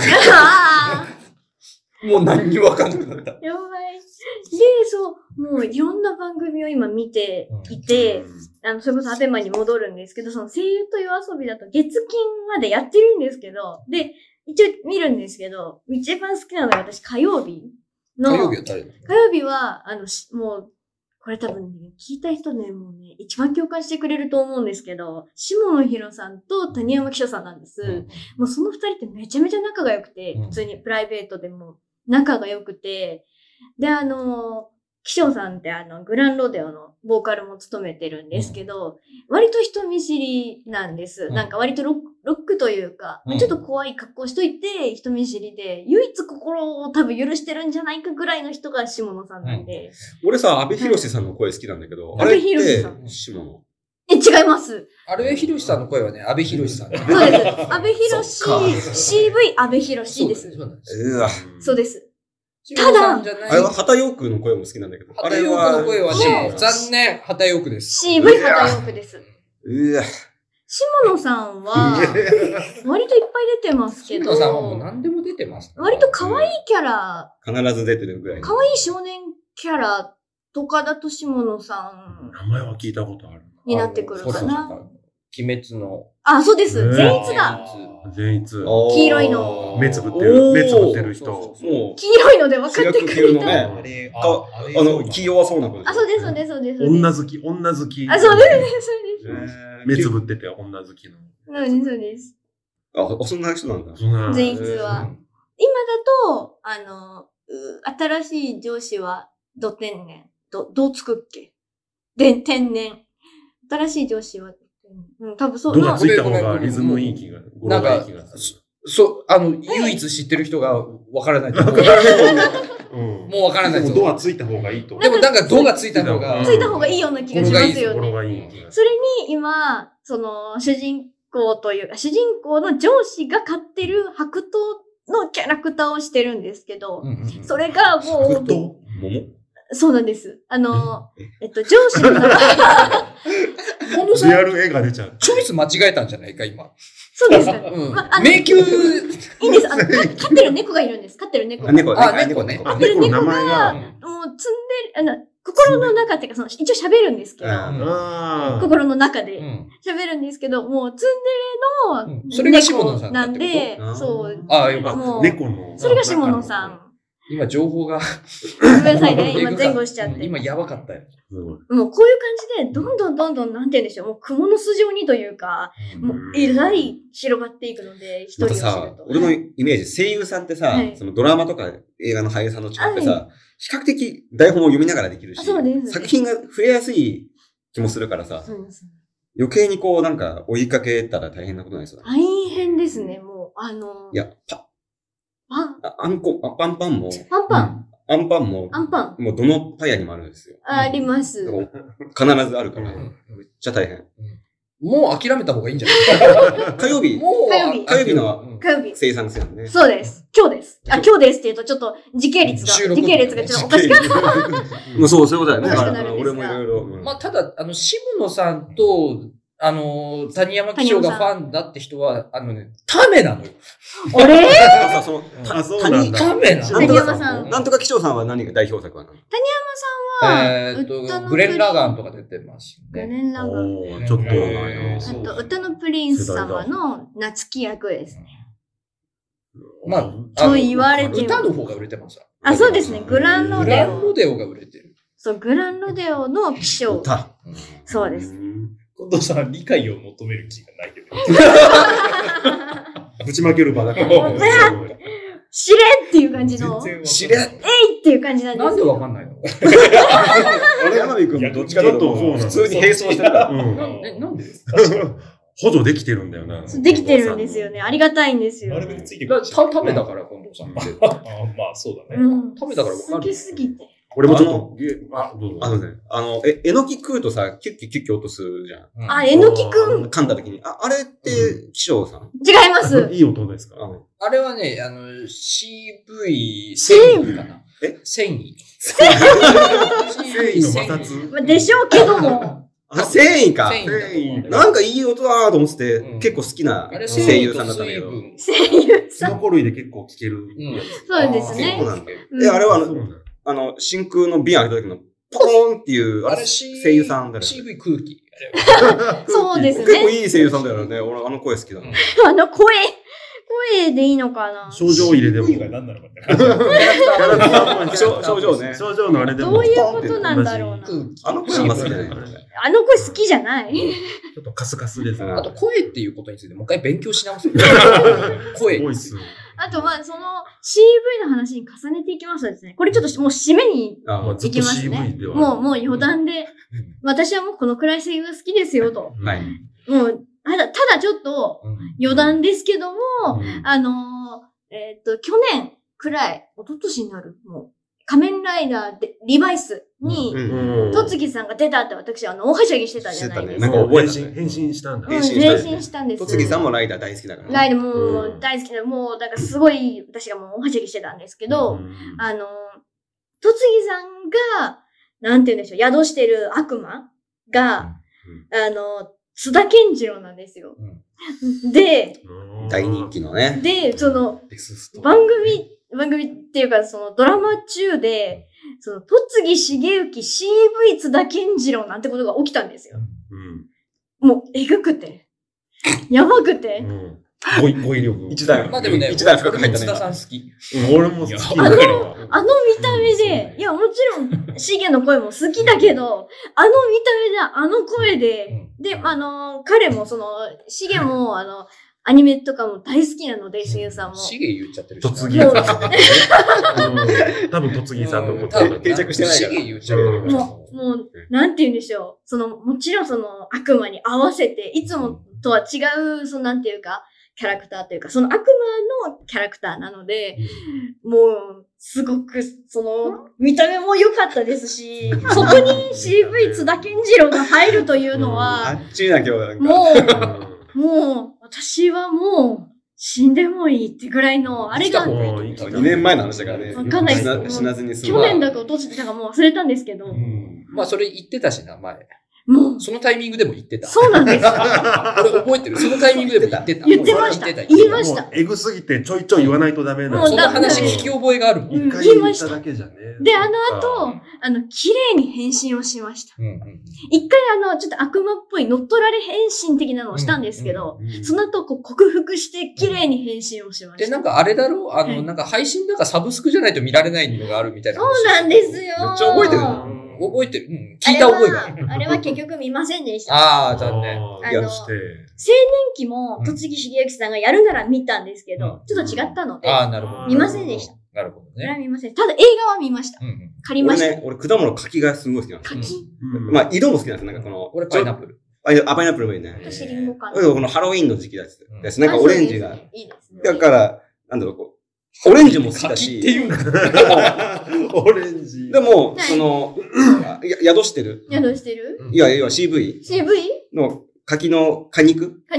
う何にもわかんなくなった。 やばい。で、もういろんな番組を今見ていて、それこそアベマに戻るんですけど、その声優と夜遊びだと月金までやってるんですけど、で、一応見るんですけど、一番好きなのが私火曜日の。 火曜日は誰？ 火曜日は、もう、 これ多分ね、聞いた人ね、もうね、一番共感してくれると思うんですけど、下野紘さんと谷山紀章さんなんです。もうその二人ってめちゃめちゃ仲が良くて、普通にプライベートでも仲が良くて、で、紀章さんってグランロデオのボーカルも務めてるんですけど、割と人見知りなんです。なんか割とロックというか、ちょっと怖い格好しといて人見知りで、唯一心を多分許してるんじゃないかぐらいの人が下野さんなんで。 俺さ、阿部寛さんの声好きなんだけど、あれって下野？ 違います。 阿部寛さんの声はね、阿部寛さん。そうです。 阿部寛、CV 阿部寛です。そうです。ただ、 あれは畑陽空の声も好きなんだけど。 畑陽空の声はね、残念、畑陽空です。 CV 畑陽空です。下野さんは、割といっぱい出てますけど。 下野さんはもう何でも出てます。 割と可愛いキャラ。 必ず出てるぐらい。 可愛い少年キャラとかだと下野さん。 名前は聞いたことある。 になってくるかな。 鬼滅の。 あ、そうです。善逸だ。 善逸。 黄色いの。 目つぶってる人。 黄色いので分かってくる人。 気弱そうな子です。 あ、そうです、そうです、そうです。 女好き。 あ、そうです、そうです。 目つぶってて女好きの。 そうです。 あ、そんな人なんだ。 善逸は。今だと、新しい上司は、どうつくっけ天然。新しい上司は、多分そう。 どがついた方がリズムいい気が、語呂がいい気がする。 そう、唯一知ってる人がわからないと思う。もうわからないと思う。 ドがついた方がいいと。 でもなんかドがついた方が。 ついた方がいいような気がしますよね。 語呂がいい気がそれに今、主人公の上司が飼ってる白桃のキャラクターをしてるんですけど、それがもう、 白桃？ そうなんです。上司の名前リアル絵が出ちゃう。 チョイス間違えたんじゃないか、今。 そうですか。 迷宮。 いいんです。飼ってる猫がいるんです。飼ってる猫が。 猫ね。 飼ってる猫が、もう積んでる、心の中っていうか、一応喋るんですけど、心の中で喋るんですけど、もう積んでるのそれが下野さんなんで、そう。 ああ、よかった。 猫の。 それが下野さん。 今情報が。 ごめんなさいね。今前後しちゃって。 今やばかったよ。 もうこういう感じで、どんどん、なんて言うんでしょう。もう蜘蛛の巣状にというか、もうえらい広がっていくので、一人を知ると。 俺のイメージ、声優さんってさ、そのドラマとか映画の俳優さんの違ってさ、比較的台本を読みながらできるし、作品が触れやすい気もするからさ、余計にこうなんか追いかけたら大変なことないですよ。 大変ですね、もういや、パンパンも。アンパンも、もうどのパヤにもあるんですよ。 あります。 必ずあるから、めっちゃ大変。 もう諦めた方がいいんじゃない火曜日の声優さんですよね。 そうです。今日です。今日ですって言うとちょっと時系列がちょっとおかしくなる。 もうそういうことだよね。俺もいろいろ。 まあ、ただ、下野さんと、谷山紀章がファンだって人は、ためなのよ。 あれそうなんだ。 ためなの。 谷山さん。 なんとか紀章さんは何が代表作は何？ 谷山さんは、 グレン・ラガンとか出てますね。 グレン・ラガン。 ちょっと。 あと、歌のプリンス様の夏木役ですね。 まあ、 と言われて歌の方が売れてます。 あ、そうですね。グランロデオ。 グランロデオが売れてる。 そう、グランロデオの紀章。そうです。 近藤さん、理解を求める気がないけど。 ぶちまける場だから。 知れっていう感じの。 知れっていう感じなんです。 なんでわかんないの山美くんもどっちかというと普通に並走してるから。 なんでですか補助できてるんだよな。 できてるんですよね。ありがたいんですよ。 なるべくついてくる。 ためだから、近藤さん。まあ、そうだね。 ためだからわかる。 好きすぎて。 俺もちょっと、 えのき食うとさ、キュッキュッキュッキュ落とすじゃん。 あ、えのきくん。 噛んだ時に。あれって、紀章さん？ 違います。 いい音ですか？ あれはね、CV、繊維かな。繊維。 繊維の摩擦。 でしょうけども。 繊維か。なんかいい音だなと思ってて、結構好きな声優さんだったんだけど。 声優さん。 キノコ類で結構聞ける。 そうですね。 そうなんだ。あれは真空の瓶開けた時のポコーンっていう、声優さんだよね。 CV 空気。 そうですね。 結構いい声優さんだよね。俺声好きだな。 声声でいいのかな。 症状入れでも。 何なのかって。 症状ね。 症状のあれでも。 どういうことなんだろうな。 あの声あんま好きじゃない。 あの声好きじゃない。 ちょっとカスカスですね。 あと声っていうことについてもう一回勉強し直す。声。 あとその CV の話に重ねていきますとですね、これちょっともう締めに行きますね。もう余談で、私はもうこのくらい声優が好きですよと。 はい。 もう、ただちょっと余談ですけども、去年くらい、一昨年になる、もう、仮面ライダーでリバイスに、戸次さんが出たって私、大はしゃぎしてたじゃないですか。 なんか覚えた。 変身したんだ。 変身したんです。 戸次さんもライダー大好きだから。 ライダーも大好きだ。もう、だからすごい、私がもう大はしゃぎしてたんですけど、戸次さんが、なんて言うんでしょう、宿してる悪魔が、津田健次郎なんですよ。で、 大人気のね。 で、番組っていうか、ドラマ中で、戸次重幸 CV 津田健次郎なんてことが起きたんですよ。もう、えぐくて。やばくて。 語彙力。 一段まあでもね、 一段深く入ったね。 津田さん好き。 俺も好き。 あの見た目で、いや、もちろん、シゲの声も好きだけど、あの見た目で、あの声で、で、彼もシゲも、アニメとかも大好きなので、声優さんも。 シゲ言っちゃってるし。 戸次さん。多分戸次さんと思ってる。 定着してないから。 シゲ言っちゃってる。 もう、なんて言うんでしょう。もちろん悪魔に合わせて、いつもとは違う、なんていうか、キャラクターというか、悪魔のキャラクターなので、もう、すごく、見た目も良かったですし、そこに CV 津田健次郎が入るというのは、 あっちな今日なんか。 もう、私はもう、死んでもいいってぐらいの、あれが、 2年前の話だからね。 わかんないです。 死なずに済む。 去年だか落としてたかもう忘れたんですけど。 まあ、それ言ってたしな、前。 もう。 そのタイミングでも言ってた。 そうなんですよ。 俺覚えてる。そのタイミングでも言ってた。 言ってました。言いました。 エグすぎてちょいちょい言わないとダメな。 その話聞き覚えがあるもん。 一回言っただけじゃね。 で、後、綺麗に変身をしました。一回ちょっと悪魔っぽい乗っ取られ変身的なのをしたんですけど、その後克服して綺麗に変身をしました。 で、なんかあれだろうなんか配信だかサブスクじゃないと見られないのがあるみたいな。 そうなんですよ。 めっちゃ覚えてる。 覚えてる。聞いた覚えがある。 あれは結局見ませんでした。 ああ、残念。 青年期も、戸次重幸さんがやるなら見たんですけど、ちょっと違ったので、 なるほど。 見ませんでした。 なるほどね。 それは見ません。ただ映画は見ました。借りました。 俺果物柿がすごい好きなんですよ。 柿まあ、色も好きなんですよ。なんか俺パイナップル。 パイナップルもいいね。 私リンゴかな。 このハロウィンの時期だし、なんかオレンジが。 いいですね。 だから、なんだろう、オレンジも好きだし。 っていうオレンジ。 でも、宿してる。 宿してるいや、CV の柿の果肉、 はい。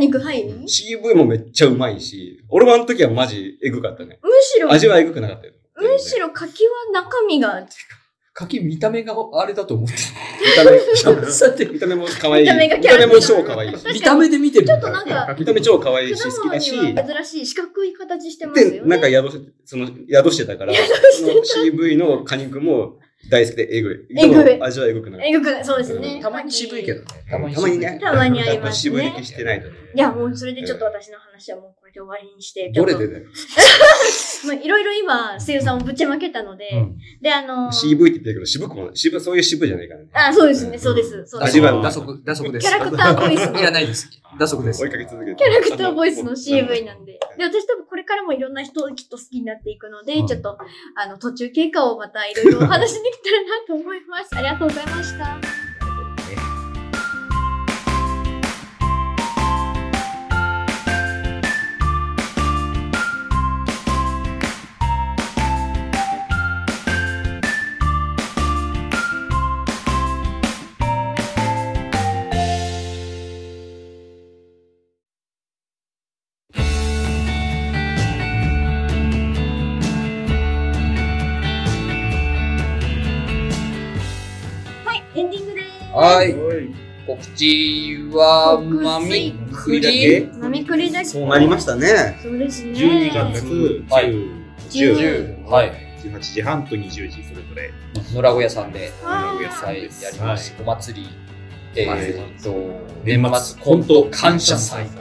CV もめっちゃうまいし、俺もあの時はマジエグかったね。 むしろ、 味はエグくなかったよ。 むしろ柿は中身が、 柿見た目があれだと思って。 見た目も可愛い。 見た目も超可愛いし。 見た目で見てる。 ちょっとなんか、 見た目超可愛いし、好きだし。 珍しい四角い形してますよね。 で、なんか宿してたから、CV の果肉も大好きでエグい。味はエグくない。 エグくない。そうですね。 たまに渋いけどね。 たまにね。 たまにありますね。 渋い気してないとね。 いや、もうそれでちょっと私の話はもうこれで終わりにして。 どれでだよ。 いろいろ今、声優さんをぶちまけたので、で、 CV って言ってるけど、渋くも、そういう渋じゃないからね。 そうですね、そうです。 味は打足です。 キャラクターボイス。 いらないです。打足です。 追いかけ続けて。 キャラクターボイスの CV なんで。で、私多分これからもいろんな人をきっと好きになっていくので、ちょっと、途中経過をまたいろいろお話できたらなと思います。ありがとうございました。 はい。告知は、まみくりだけ。 そうなりましたね。 そうですね。 12月10、 はい。 18時半と20時、それぞれ。 野良小屋さんで、 野良小屋さんでやります。お祭り。 年末コント感謝祭。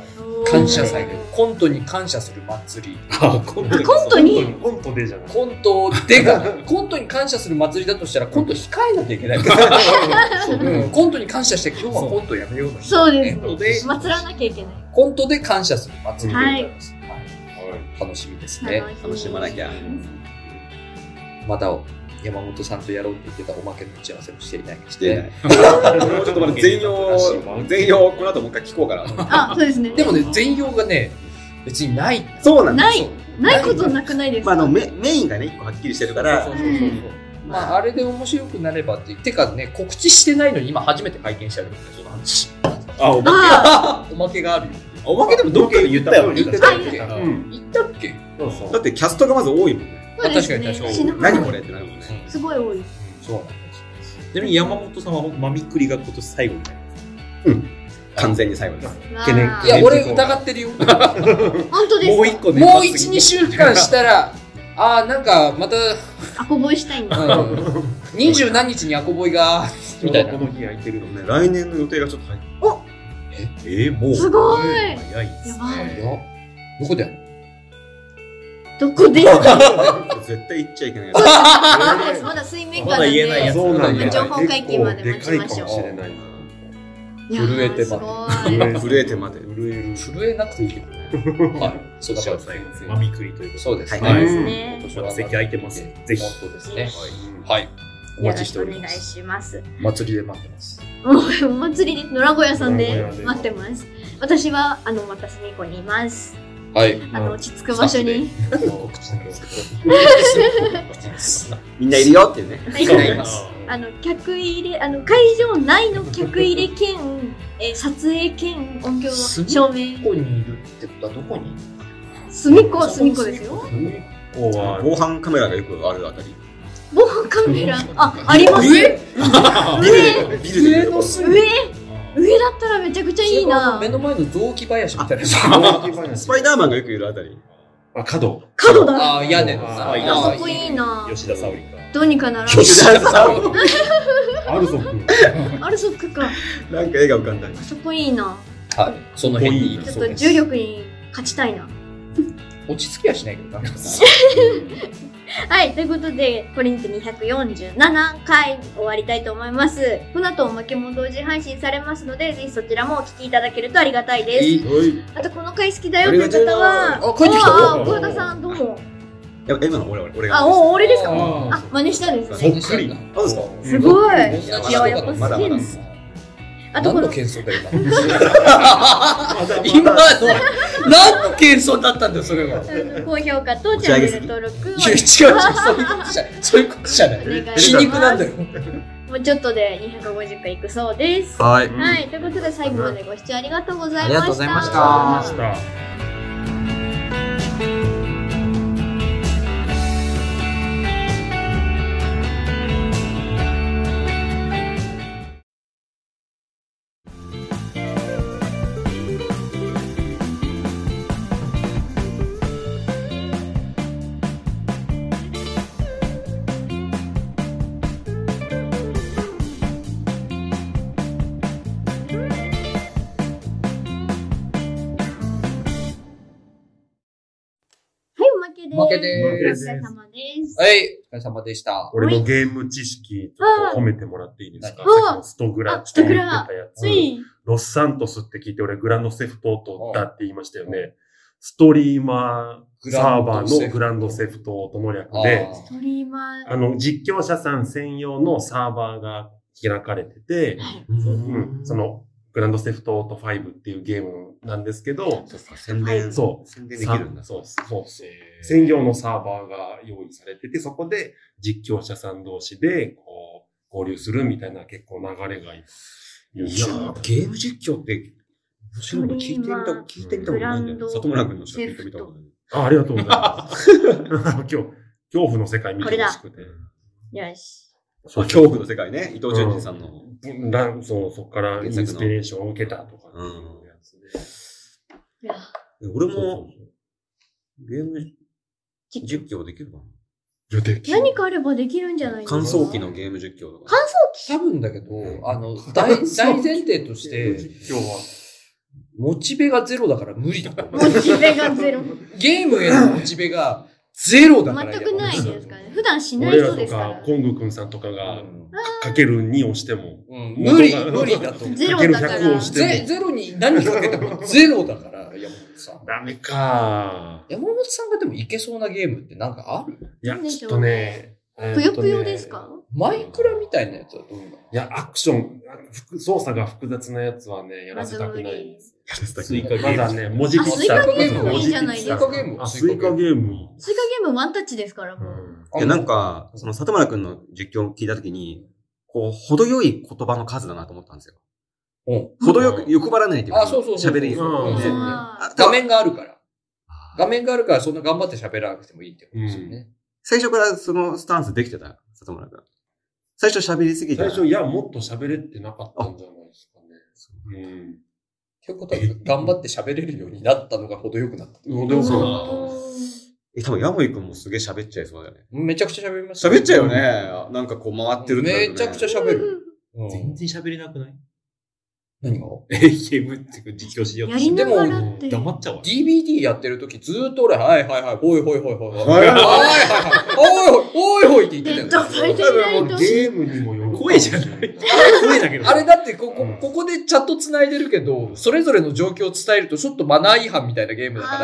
感謝祭で。コントに感謝する祭り。 コントにコントでじゃない。 コントでが、コントに感謝する祭りだとしたら、コント控えなきゃいけない。コントに感謝して、今日はコントやめようの日。 そうですね。祭らなきゃいけない。 コントで感謝する祭りでございます。楽しみですね。 楽しまなきゃ。 まだ山本さんとやろうって言ってたおまけの打ち合わせもしていない。 してない。俺もちょっとまだ全容この後もう一回聞こうかな。 あ、そうですね。 でもね、全容がね、別にない。 そうなんです。 ないことなくないですか？ メインがね、一個はっきりしてるから。 まあ、あれで面白くなればっていう。てかね、告知してないのに今初めて拝見してあるんで、その話。おまけがあるよ。 おまけでもどっかで言ったよ。 言ったっけ？言ったっけ？ だってキャストがまず多いもんね。 確かに確かに。 何これってなるもんね。 すごい多い。 そうなんです。 ちなみに山本さんはマミクリが今年最後になります。 うん。完全に最後です。 懸念。いや、俺疑ってるよ。 本当ですか？ もう一個ね。もう1、2週間したら、なんかまた。 アコボイしたいんだ。 20何日にアコボイが、みたいな。 この日空いてるのね。来年の予定がちょっと入ってる。 もう。 すごい。 早いですね。どこでやるの？ どこで絶対行っちゃいけない。 まだ水面下なんで、 言えないやつ。 情報解禁まで待ちましょう。 震えてまで。 震えてまで。 震えなくていいけどね。はい。 そうだから最後マミクリということ。 そうですね。 今年は席空いてます。ぜひ。 本当ですね。はい。お待ちしております。 よろしくお願いします。 祭りで待ってます。 お祭りで、野良小屋さんで待ってます。私は、また隅っこにいます。 はい。 落ち着く場所に。 みんないるよっていうね。 みんないます。客入れ、会場内の客入れ兼、撮影兼音響照明。 どこにいるってことはどこに？ 隅っこですよ。 防犯カメラがよくあるあたり。 防犯カメラ、あります。上だったらめちゃくちゃいいな。 目の前の雑木林みたいな。 スパイダーマンがよくいるあたり。 角だ。 屋根。 そこいいな。 吉田沙保里か。 どうにかなら。 吉田沙保里。 アルソックか。なんか絵が浮かんだ。 そこいいな。 はい。その辺に。 ちょっと重力に勝ちたいな。 落ち着きはしないけどな。 はい、ということで、これにて247回終わりたいと思います。この後おまけも同時配信されますので、ぜひそちらもお聞きいただけるとありがたいです。あと、この回好きだよという方は、 帰ってきた。 小田さんどうも。 今の俺が。 俺ですか？真似したんですね。 そっくり。 すごい。 いや、やっぱすげえです。何の謙遜だよ、今の何の謙遜だったんだよ、それが。 高評価とチャンネル登録。 いや、違う、そういうことじゃない。皮肉なんだよ。 もうちょっとで250回いくそうです。 はい。 ということで、最後までご視聴ありがとうございました。 ありがとうございました。 お疲れ様です。 はい、お疲れ様でした。 俺のゲーム知識ちょっと褒めてもらっていいですか？さっきのストグラって言ってたやつ。ロスサントスって聞いて俺グランドセフトートだって言いましたよね。ストリーマーサーバーのグランドセフトートの略で、 ストリーマー実況者さん専用のサーバーが開かれてて、そのグランドセフトオート5っていうゲームなんですけど、 宣伝できるんだ。 そう。専用のサーバーが用意されてて、そこで実況者さん同士でこう交流するみたいな結構流れがいい。 いやゲーム実況って面白いの聞いてみたことないんだよね。里村君のしか聞いてみたことない。 ありがとうございます。恐怖の世界見てほしくて。 よし。 恐怖の世界ね。伊藤淳二さんの。 そこからインスピレーションを受けたとかっていうやつで。俺もゲーム実況できるかな？ 何かあればできるんじゃないですか？ 乾燥機のゲーム実況とか。 乾燥機多分だけど、大前提として、 実況はモチベがゼロだから無理だと思う。 モチベがゼロ。 ゲームへのモチベがゼロだから。 全くないですからね。普段しない人ですから。 俺らとか、コングくんさんとかが、かける2をしても。 無理だと思う。 ゼロだから。 ゼロに何かけてもゼロだから、山本さん。 ダメか。 山本さんがでもいけそうなゲームってなんかある？ いや、ちょっとね。 ぷよぷよですか？ マイクラみたいなやつはどうなの？ いや、アクション、操作が複雑なやつはね、やらせたくない。 スイカゲーム。 まだね、文字ピッスイカゲームいいじゃないですか。 スイカゲーム。 スイカゲーム。 スイカゲームワンタッチですからもう。 いや、なんか、その里村くんの実況を聞いたときに、こう、程よい言葉の数だなと思ったんですよ。程よく、欲張らないっていうか、喋り。 画面があるから。画面があるからそんな頑張って喋らなくてもいいってことですよね。 最初からそのスタンスできてた、里村くん。最初喋りすぎて。 最初、いや、もっと喋れってなかったんじゃないですかね。 っていうことは、頑張って喋れるようになったのが程よくなった。 程よくなった。 多分、ヤモイくんもすげえ喋っちゃいそうだよね。 めちゃくちゃ喋ります。 喋っちゃうよね。なんかこう回ってるってめちゃくちゃ喋る。 全然喋れなくない？ 何がゲームって実況しようとして。 でも、 黙っちゃうわ。 DVD やってるときずーっと俺、はいはいはい、ほいほいほいほい。はいはいはい、おいほいって言ってたよ。 ゲームにもよる。 声じゃない。声だけど。 あれだってここでチャット繋いでるけど、それぞれの状況を伝えるとちょっとマナー違反みたいなゲームだから、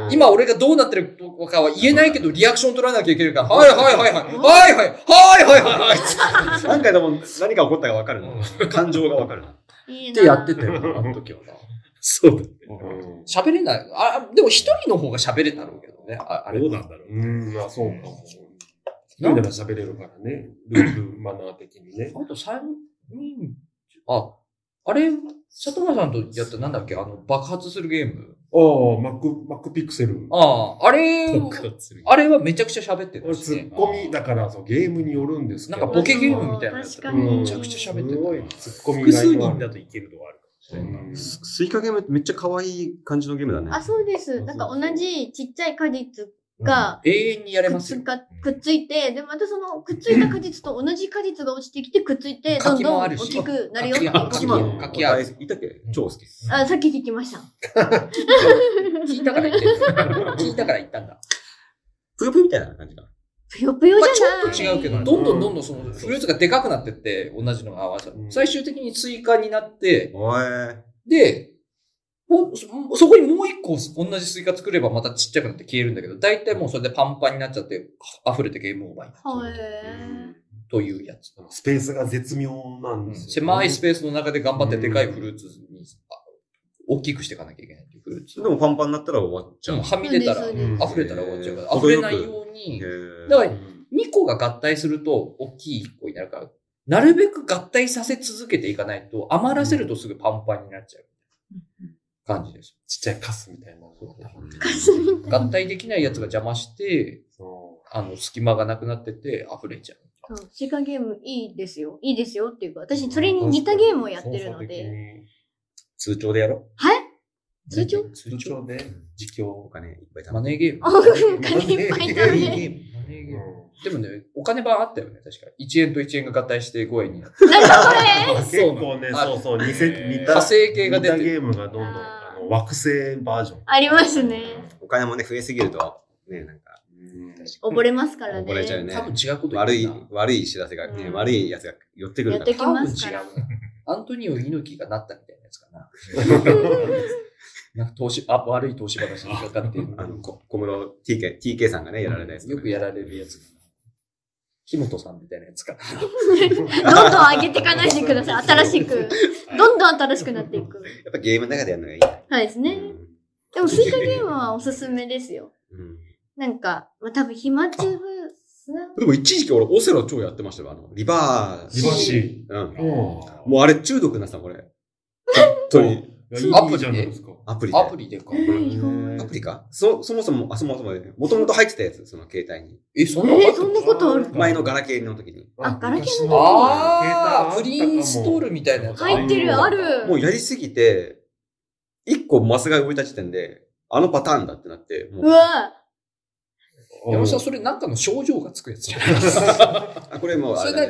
今俺がどうなってるかは言えないけど、リアクション取らなきゃいけないから、はいはいはいはい、はいはい、はいはいはい。 何回でも何が起こったか分かるの。感情が分かる。 ってやってたよ、あの時はな。 そうだね。 喋れない。でも一人の方が喋れたろうけどね。あれどうなんだろう。 まあそうかも。一人なら喋れるからね。ルールマナー的にね。 あと3人、あれ、里村さんとやったなんだっけ爆発するゲーム。 マックピクセル。 あれはめちゃくちゃ喋ってるしね。ツッコミ、だからゲームによるんですけど。 なんかボケゲームみたいなやつ。めちゃくちゃ喋ってる。 ツッコミ複数人だといけるのはあるかもしれない。 スイカゲームめっちゃ可愛い感じのゲームだね。 そうです。なんか同じちっちゃい果実が永遠にやれますよ。 くっついて、で、またそのくっついた果実と同じ果実が落ちてきてくっついて、どんどん大きくなるよっていう。 柿ある。いたっけ？超好きです。 さっき聞きました。 聞いたから言ってん聞いたから言ったんだ。 ぷよぷよみたいな感じかな。 ぷよぷよじゃない。 ちょっと違うけど、どんどんそのフルーツがでかくなってって、同じのが合わさる。最終的にスイカになって、で、そこにもう一個同じスイカ作ればまたちっちゃくなって消えるんだけど、だいたいもうそれでパンパンになっちゃって、溢れてゲームオーバーになっちゃう。というやつ。 スペースが絶妙なんですよ。 狭いスペースの中で頑張ってでかいフルーツに大きくしていかなきゃいけないっていうフルーツ。 でもパンパンになったら終わっちゃう。 はみ出たら、溢れたら終わっちゃうから、溢れないように。だから、2個が合体すると大きい1個になるから、なるべく合体させ続けていかないと、余らせるとすぐパンパンになっちゃう。感じです。 ちっちゃいカスみたいな。 合体できないやつが邪魔して、隙間がなくなってて溢れちゃう。 スイカゲームいいですよ。いいですよっていうか、私それに似たゲームをやってるので。 通帳でやろう。 はい通帳で実況お金いっぱいマネーゲーム。 お金いっぱい食べる。 でもね、お金版あったよね、確か。1円と1円が合体して5円になって。 なんだこれ結構ね、そう、似た派生系が出てゲームがどんどん、惑星バージョン。 ありますね。 お金もね、増えすぎると、ね、なんか、 溺れますからね。 溺れちゃうね。 多分違うこと悪い知らせが、ね、悪いやつが寄ってくるから。 寄ってきますから。 アントニオ猪木がなったみたいなやつかな。なんか悪い投資話にかかっている。 小室 TK さんがね、やられたやつ。 よくやられるやつ。木本さんみたいなやつかな。 どんどん上げていかないでください。新しく。どんどん新しくなっていく。 やっぱゲームの中でやるのがいい。 そうですね。でもスイカゲームはおすすめですよ。なんか、多分暇つぶす。 でも一時期俺オセロ超やってましたよ。リバーシー。 もうあれ中毒になってたこれ。本当に。 アプリでアプリか。アプリか。そもそもで、もともと入ってたやつ、その携帯に。 そんなことある前のガラケーの時に。 ガラケーの時に。 フリーインストールみたいなやつ。 入ってる、ある。 もうやりすぎて、一個マスが動いた時点で、あのパターンだってなって、 うわ山本さん、それなんかの症状がつくやつじゃないですか。 これもうそれなんか、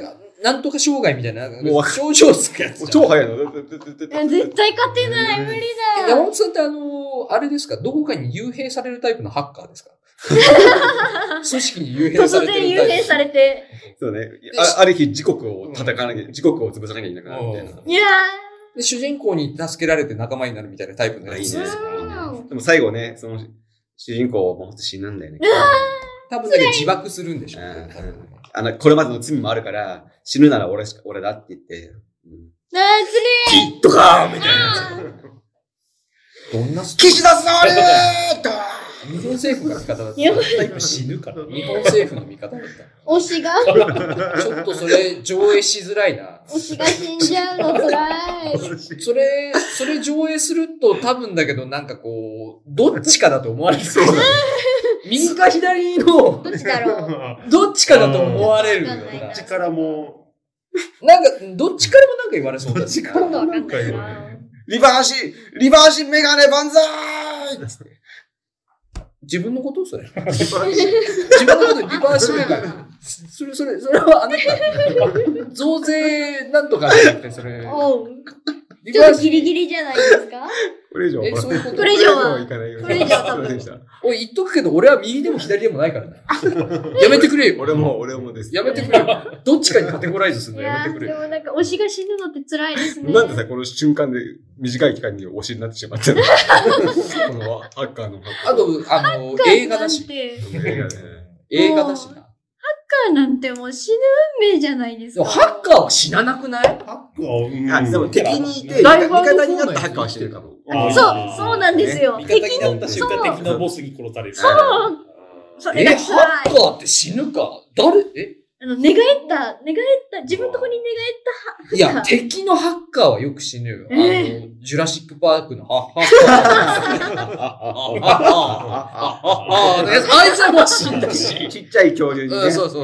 なんとか障害みたいな、症状つくやつ。 超早いの。 絶対勝てない、無理だ。 山本さんってあれですか、どこかに幽閉されるタイプのハッカーですか？組織に幽閉されてるタイプ。 突然幽閉されて。 そうね。ある日時刻を叩かなきゃ、時刻を潰さなきゃいけなくなるみたいな。 いやー。で、主人公に助けられて仲間になるみたいなタイプのやつです。 でも最後ね、その主人公も死ぬんだよね。 多分だけど自爆するんでしょうね。 これまでの罪もあるから、死ぬなら俺だって言って。 つれきっとかーみたいな。 どんな岸田総理日本政府が味方だった。 タイプ死ぬから。 日本政府の味方だった。 推しがちょっとそれ上映しづらいな。 推しが死んじゃうのつらい。 それ上映すると多分だけどなんかこう、どっちかだと思われる。そうだね。右か左の、 どっちだろう。 どっちかだと思われる。 どっちからも。 なんか、どっちからもなんか言われそうだ。 どっちからもなんか言われる。 リバーシメガネ万歳自分のことそれ。自分のことリバーシメガネ。それはあなた。増税なんとかじゃなくて、それ。 ちょっとギリギリじゃないですか？ これ以上。 そういうこと。 これ以上は。 これ以上多分。 おい、言っとくけど、俺は右でも左でもないからな。やめてくれよ。 俺もです。 やめてくれよ。どっちかにカテゴライズするのやめてくれよ。 でもなんか推しが死ぬのって辛いですね。 なんでさ、この瞬間で短い期間に推しになってしまったのこのハッカーの。 あと、映画だし。映画だしな。 ハッカーなんてもう死ぬ運命じゃないですか。 ハッカーは死ななくない？ ハッカーでも敵にいて、味方になったハッカーはしてるかも。 そうなんですよ。 味方になった瞬間敵のボスに殺される。 そう。それが辛い。 ハッカーって死ぬか？誰？ 寝返った、自分のとこに寝返った。 いや、敵のハッカーはよく死ぬよ。ジュラシックパークのハッカー。あいつはもう死んだし。 ちっちゃい恐竜にね。 そう。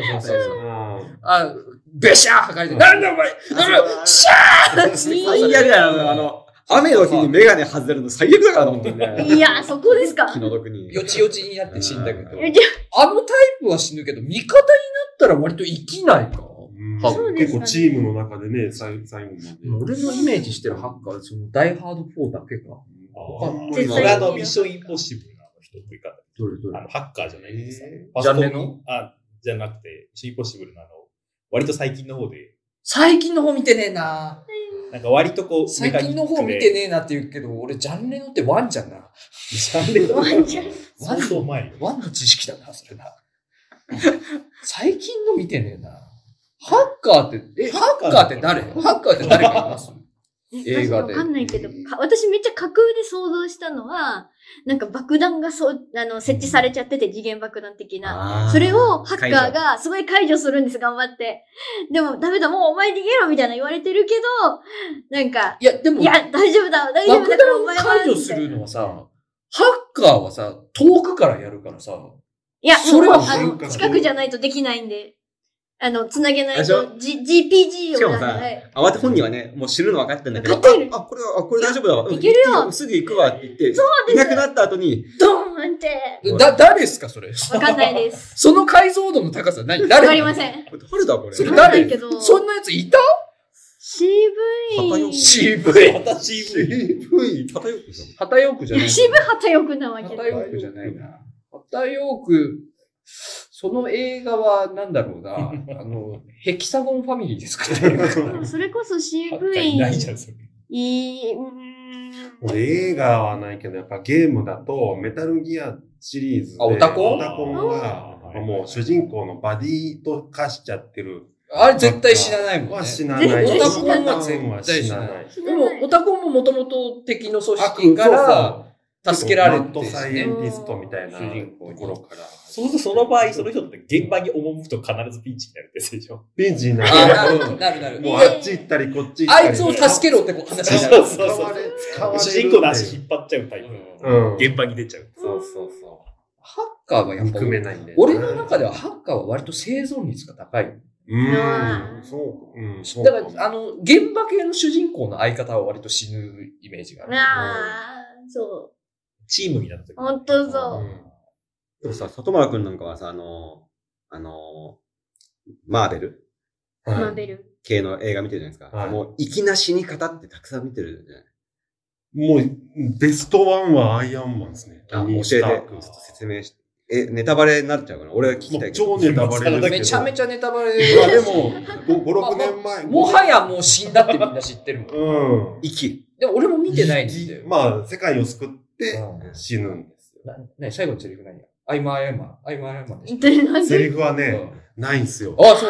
ベシャー書いて、なんだお前シャー最悪だよ、雨の日にメガネ外れるの最悪だからな、本当にね。 いや、そこですか？ 気の毒に。 よちよちになって死んだけど。あのタイプは死ぬけど、味方になったら割と生きないか。 結構チームの中でね、最後まで。 俺のイメージしてるハッカーは、その、ダイハード4だけか。 ミッションインポッシブルな人っぽい方。 どれハッカーじゃないですか。 ジャンルの？ じゃなくて、ミッションインポッシブルの割と最近の方で。 最近の方見てねえな。 なんか割とこう、 最近の方見てねえなって言うけど、俺ジャンレノってワンじゃんな。 ジャンレノワンじゃん。 ワンの知識だな、それな。最近の見てねえな。ハッカーって誰かいます映画で。 わかんないけど、私めっちゃ架空で想像したのは、なんか爆弾が設置されちゃってて、次元爆弾的な。それをハッカーがすごい解除するんです、頑張って。でもダメだ、もうお前逃げろみたいな言われてるけど、なんか、いや、大丈夫だからお前は。 爆弾を解除するのはさ、ハッカーはさ、遠くからやるからさ。 いや、 それは近くじゃないとできないんで。つなげないと、GPG を。 しかもさ、慌て本人はね、もう死ぬの分かってんだけど、これ大丈夫だわ。 いけるよ。 すぐ行くわって言って、 そうです。 いなくなった後に、 ドーンって。 誰ですか、それ。 わかんないです。 その解像度の高さ誰？ わかりません。 誰だ、これ。 それ誰？そんなやついた？ 渋い。 渋い。 旗渋い。 旗よくじゃない。 渋旗よくなわけ。 旗よくじゃないな。旗よく、その映画はなんだろうな。ヘキサゴンファミリーですかね。 それこそ渋い。 ないじゃん、それ。 映画はないけど、やっぱゲームだと、メタルギアシリーズで、 オタコンは、もう主人公のバディと化しちゃってる。 あれ絶対死なないもんね。 は死なない。 オタコンは絶対死なない。でも、オタコンももともと敵の組織から助けられて、 マッドサイエンティストみたいなところから。 そうするとその場合、その人って現場に赴くと必ずピンチになるんですでしょ。 ピンチになる。 なる。 もうあっち行ったりこっち行ったり。 あいつを助けろって話になる。 そう。主人公の足引っ張っちゃうタイプ。現場に出ちゃう。 そう。 ハッカーはやっぱ、俺の中ではハッカーは割と生存率が高い。 そう。 だから、現場系の主人公の相方は割と死ぬイメージがある。 そう。 チームになった時。 ほんとそう。 でもさ、里村くんなんかはさ、マーベルマーベル系の映画見てるじゃないですか。もう、粋な死に方ってたくさん見てるじゃない。 もう、ベストワンはアイアンマンですね。 教えて、ちょっと説明して。ネタバレになっちゃうかな。俺は聞きたいけど。 超ネタバレですけど。 めちゃめちゃネタバレ。 まあでも、5、6年前。 もはやもう死んだってみんな知ってるもん。 うん。 でも俺も見てないんだよ。 まあ、世界を救って死ぬんですよ。 最後のセリフ何？アイマーでしょ。セリフはね、ないんすよ。 あ、そう。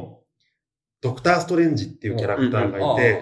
ドクター・ストレンジっていうキャラクターがいて、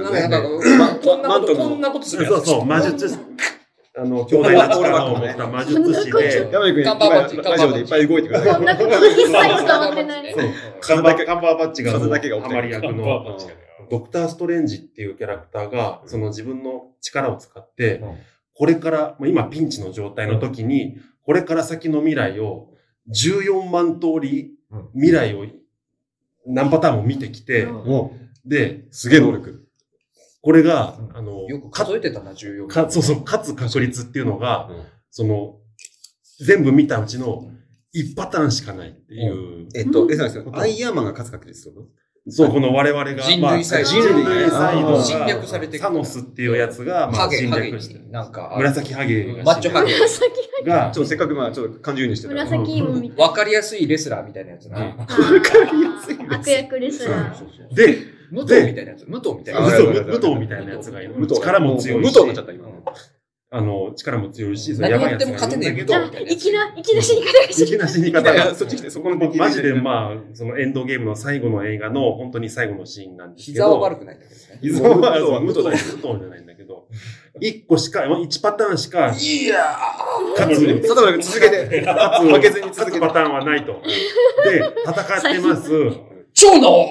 こんなことするやつ。 そうそう、魔術師。強大な力を持った魔術師で、 山井くん、ラジオでいっぱい動いてください。 こんなこと一切伝わってない。 カンバーバッチがハマり役のドクター・ストレンジっていうキャラクターが、その自分の力を使って、これから、今ピンチの状態の時に、これから先の未来を14万通り未来を何パターンも見てきて、で、 すげえ能力。 これが、 よく数えてたな、14。 そうそう、勝つ確率っていうのが、全部見たうちの1パターンしかないっていう。 そうですよ。アイアンマンが勝つ確率ってこと？ そう、この我々が、 人類サイドが侵略されてサノスっていうやつが、侵略して、 なんか、 紫ハゲが、 マッチョハゲが、 せっかくちょっと感情にしてた。 紫芋みたいな。 わかりやすいレスラーみたいなやつな。 わかりやすい。悪役レスラー。 で、 武藤みたいなやつ。武藤みたいなやつ。 武藤みたいなやつがいる。力も強いし。 武藤になっちゃった、今。 力も強いし、 何やっても勝てねえけど。 粋な死に方が粋な死に方が。 そっち来て、そこのマジでそのエンドゲームの最後の映画の本当に最後のシーンなんですけど。 膝は悪くないんだけどね。 膝は武藤じゃないんだけど。1個しか、1パターンしか。 いやー。続けて。負けずに続けパターンはないと。で、戦ってます。 超能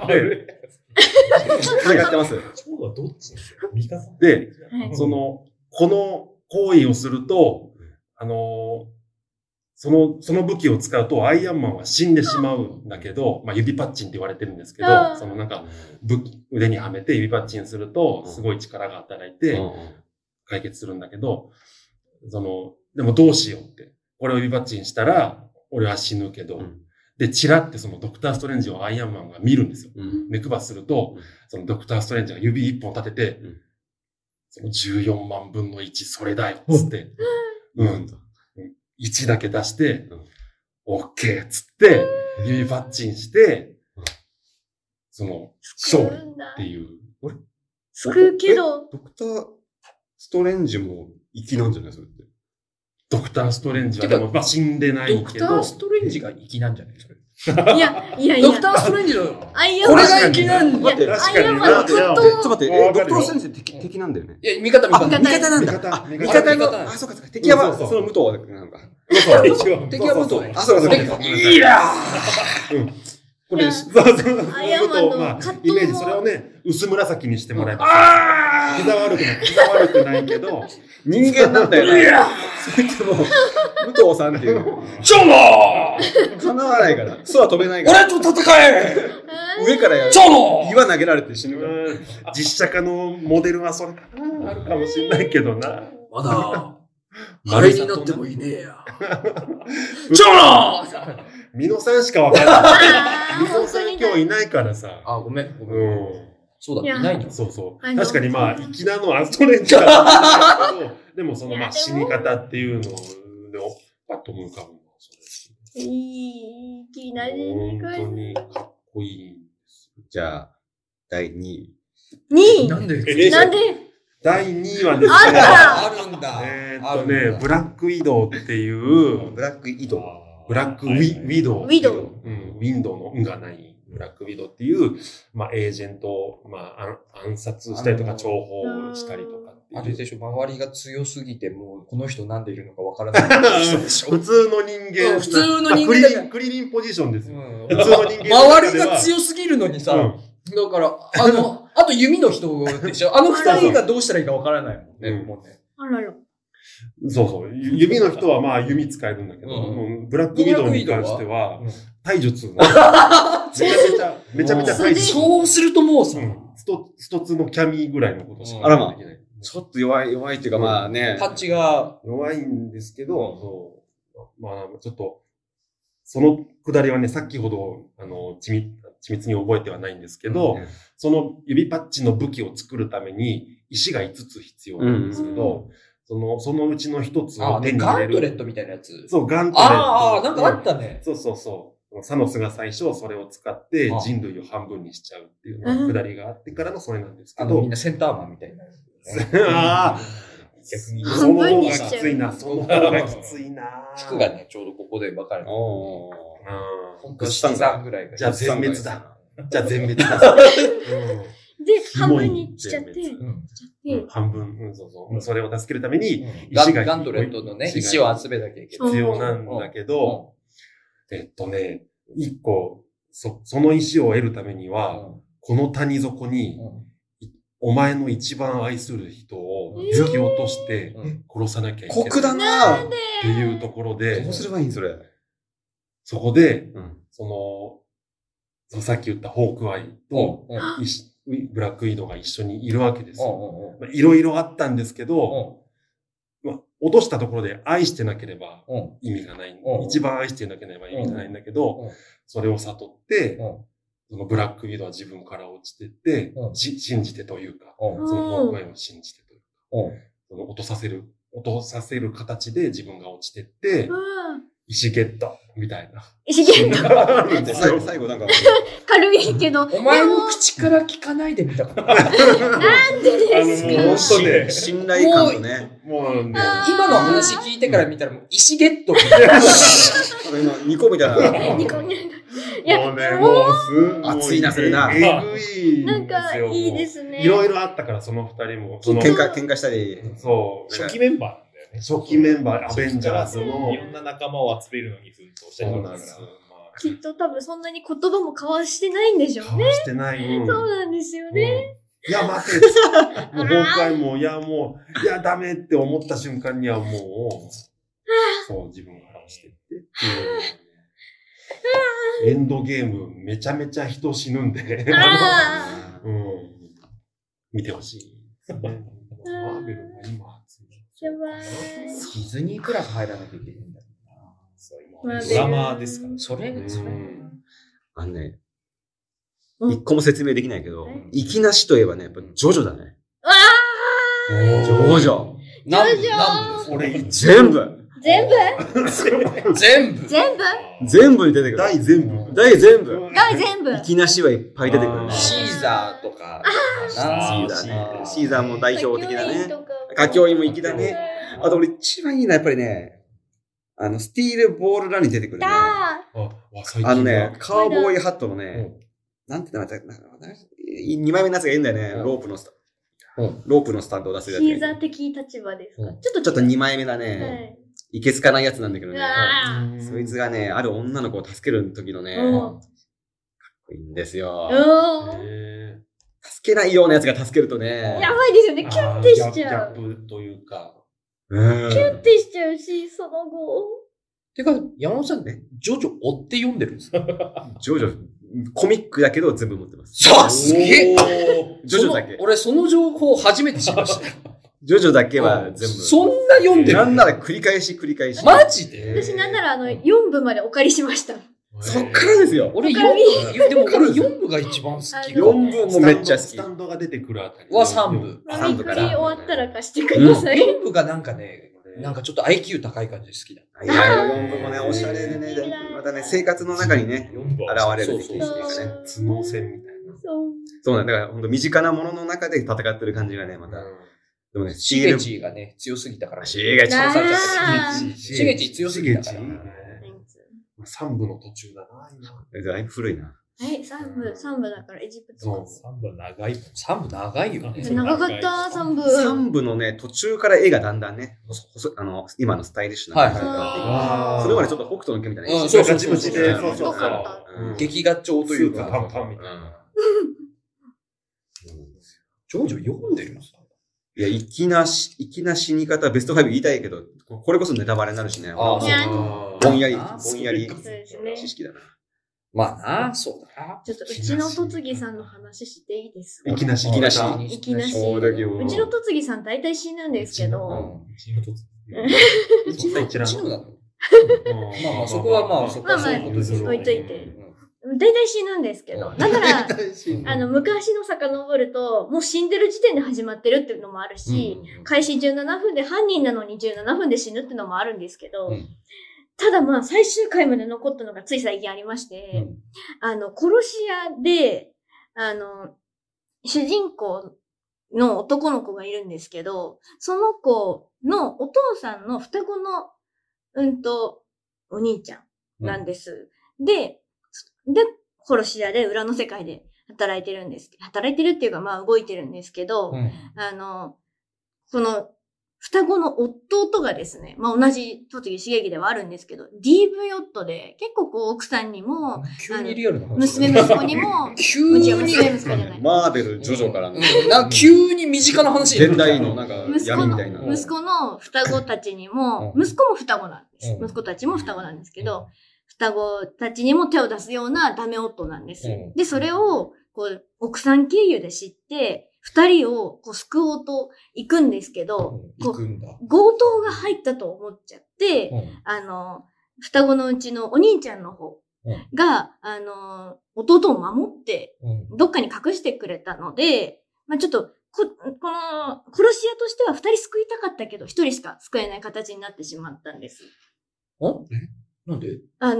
戦ってます。 超能はどっちですか？味方で、この行為をすると、その武器を使うとアイアンマンは死んでしまうんだけど、指パッチンって言われてるんですけど、腕にはめて指パッチンすると、すごい力が働いて、解決するんだけど、でもどうしようって。これを指パッチンしたら、俺は死ぬけど、で、チラってそのドクターストレンジをアイアンマンが見るんですよ。目配すると、そのドクターストレンジが指一本立てて、その14万分の1、それだよ、つって、1だけ出して、オッケー、つって、指パッチンして、勝利っていう。 救うけど。 ドクターストレンジも粋なんじゃないそれって。 ドクターストレンジはでも死んでないけど。 ドクターストレンジが粋なんじゃないそれ。 いや。 ドクターストレンジの、これが粋なんだ。 アイアンマンの葛藤。 ちょっと待って、ドクターストレンジって敵なんだよね。 いや、味方なんだ。 味方の、そうかそうか。敵は、その武藤なのか。 敵は武藤。 そうか。 いやこれです。 アイアンマンのイメージ、それをね、薄紫にしてもらえば。膝悪くないけど、 人間なんだよね。それってもう、武藤さんっていう。 超能叶わないから。空飛べないから。 俺と戦え上からやる。 超能岩投げられて死ぬから。 実写化のモデルはそれかな。あるかもしれないけどな。 まだ、あれになってもいねえや。超能ミノさんしかわからない。ミノさん今日いないからさ。 あ、ごめん。そうだ、いないんだ。 そうそう。確かに粋なのはストレンジだったんだけど、でも死に方っていうのをパッと向かうのはそうです。 粋な死に方。 本当にかっこいいんです。 じゃあ、第2位。 2位なんで第2位はですね。 あるんだ。 ブラックウィドウっていう、 ブラックウィドウ。 ブラックウィドウ。 ウィドウ。 ウィンドウの運がないブラックウィドウっていう、エージェントを、暗殺したりとか、重宝したりとか。 あれでしょ、周りが強すぎて、もう、この人なんでいるのかわからない人でしょ。 普通の人間。 普通の人間。 クリリンポジションですよ。普通の人間。 周りが強すぎるのにさ、だから、あと弓の人でしょ。二人がどうしたらいいかわからないもんね。もうね。 あらら。 そうそう。弓の人は弓使えるんだけど、ブラックウィドウに関しては、体術めちゃめちゃ体術。 そうするともうさ、 ストツのキャミぐらいのことしかできない。 ちょっと弱いっていうかパッチが弱いんですけど、ちょっと、 そのくだりはね、先ほど、緻密に覚えてはないんですけど、その指パッチの武器を作るために、石が5つ必要なんですけど、そのうちの1つを手に入れる。 ガントレットみたいなやつ。 そう、ガントレット。 ああ、なんかあったね。 そうそうそう。サノスが最初それを使って人類を半分にしちゃうっていうくだりがあってからのそれなんですけど。 みんなセンターマンみたいな。 ああ。逆に。その方がきついな。その方がきついな。 服がね、ちょうどここで分かれる。 本当下3ぐらいが。 じゃあ全滅だ。じゃあ全滅だ。 で、半分にしちゃって。 半分、そうそう。それを助けるために、 ガントレットのね、石を集めなきゃいけない。 必要なんだけど、一個、その石を得るためには、この谷底に、お前の一番愛する人を突き落として殺さなきゃいけない。 酷だなぁっていうところで、 どうすればいいんそれ。 そこで、さっき言ったホークアイと、ブラックイードが一緒にいるわけですよ。いろいろあったんですけど、落としたところで愛してなければ意味がない。一番愛してなければ意味がないんだけど、それを悟って、そのブラックウィドウは自分から落ちてって、信じてというか、そのホークアイを信じてというか、その落とさせる形で自分が落ちてって、石ゲットみたいな。 石ゲット最後なんか。 軽いけど。 お前の口から聞かないでみたかった。 なんでですか？ 本当ね。 信頼感とね。 もうね。 今の話聞いてから見たらもう石ゲットみたいな。 今、ニコみたいな。 ニコみたいな。 いや、もうね、もう熱いな、それな。 えぐい。 なんか、いいですね。 いろいろあったから、その二人も。 喧嘩したり。 そう。 初期メンバーなんだよね。 初期メンバー、アベンジャーズの。 いろんな仲間を集めるのに奮闘してるんだから。 きっと多分そんなに言葉も交わしてないんでしょうね。 交わしてない。 そうなんですよね。 いや、待て。もう、崩壊も、いや、ダメって思った瞬間にはもう、そう、自分から落ちてって。エンドゲーム、めちゃめちゃ人死ぬんで、見てほしい。マーベルが今、 やばい。 ディズニークラブ入らなきゃいけないんだよな。 そう、今、ドラマですから。 それ。 一個も説明できないけど、粋なしといえばね、やっぱジョジョだね。ジョジョ。 何部俺、 全部全部全部に出てくる。 大全部粋なしはいっぱい出てくるね。 シーザーとか。 シーザーも代表的だね。歌教員も粋だね。あと俺一番いいのはやっぱりね、スティールボールランに出てくるね。カウボーイハットのね、なんて名前だった2枚目のやつがいいんだよね。ロープのスタンドを出すやつ。 シーザー的立場ですか？ ちょっと2枚目だね。いけつかないやつなんだけどね。そいつがね、ある女の子を助ける時のね、かっこいいんですよ。助けないようなやつが助けるとね。 やばいですよね。キュンってしちゃう。 ギャップというか。 キュンってしちゃうし、その後。 てか、山本さんね、ジョジョ追って読んでるんですか？ ジョジョ、コミックだけど全部持ってます。 すげえジョジョだけ。 俺その情報初めて知りました。 ジョジョだけは全部。 そんな読んでる？ なんなら繰り返し。 マジで？ 私なんなら4部までお借りしました。 そっからですよ。 俺4部が一番好き。 4部もめっちゃ好き。 スタンドが出てくるあたり。 は3部。 3部から。終わったら貸してください。 4部がなんかね、なんかちょっと IQ 高い感じで好きだ。 いや、4部もね、おしゃれでね、またね、生活の中にね、現れる敵ですね。 頭脳戦みたいな。 そうなんだから、本当身近なものの中で戦ってる感じがね、また。でもね、 シゲチがね、強すぎたから。 シゲチ強すぎたから。 3部の途中だな、 だいぶ古いな。 はい、3部だからエジプト。 3部長い。 3部長いよね。 長かった、3部。 3部のね、途中から絵がだんだんね、今のスタイリッシュな感じになってそれまでちょっと北斗の拳みたいな。 そう。劇画調というか。 パンパンみたいな。 ジョジョ読んでるのさ。 いや、粋な死に方、ベスト5言いたいけど、これこそネタバレになるしね。ぼんやり知識だな。 まあな、そうだな。 ちょっとうちの戸次さんの話していいですか？ 粋なし。 うちの戸次さん大体死ぬんですけど。 うちの一覧。 まあそこはまあ、そこはそういうことですよ。 置いといて。大体死ぬんですけど。だから、昔の遡ると、もう死んでる時点で始まってるっていうのもあるし、開始17分で犯人なのに17分で死ぬっていうのもあるんですけど、ただまあ最終回まで残ったのがつい最近ありまして、殺し屋で、主人公の男の子がいるんですけど、その子のお父さんの双子の、お兄ちゃんなんです。で、殺し屋で裏の世界で働いてるんです。働いてるっていうか、まあ動いてるんですけど、この双子の弟がですね、まあ同じ栃木茂樹ではあるんですけど、DV 夫で、結構こう奥さんにも、 急にリアルな話、 娘息子にも、 急に娘息子じゃない。 マーベル、ジョジョからの。 急に身近な話。 現代のなんか闇みたいな。 息子の双子たちにも、息子も双子なんです。息子たちも双子なんですけど、双子たちにも手を出すようなダメ夫なんです。で、それを、こう、奥さん経由で知って、二人をこう救おうと行くんですけど、こう強盗が入ったと思っちゃって、双子のうちのお兄ちゃんの方が、弟を守って、どっかに隠してくれたので、まあちょっと、この、殺し屋としては二人救いたかったけど、一人しか救えない形になってしまったんです。 なんで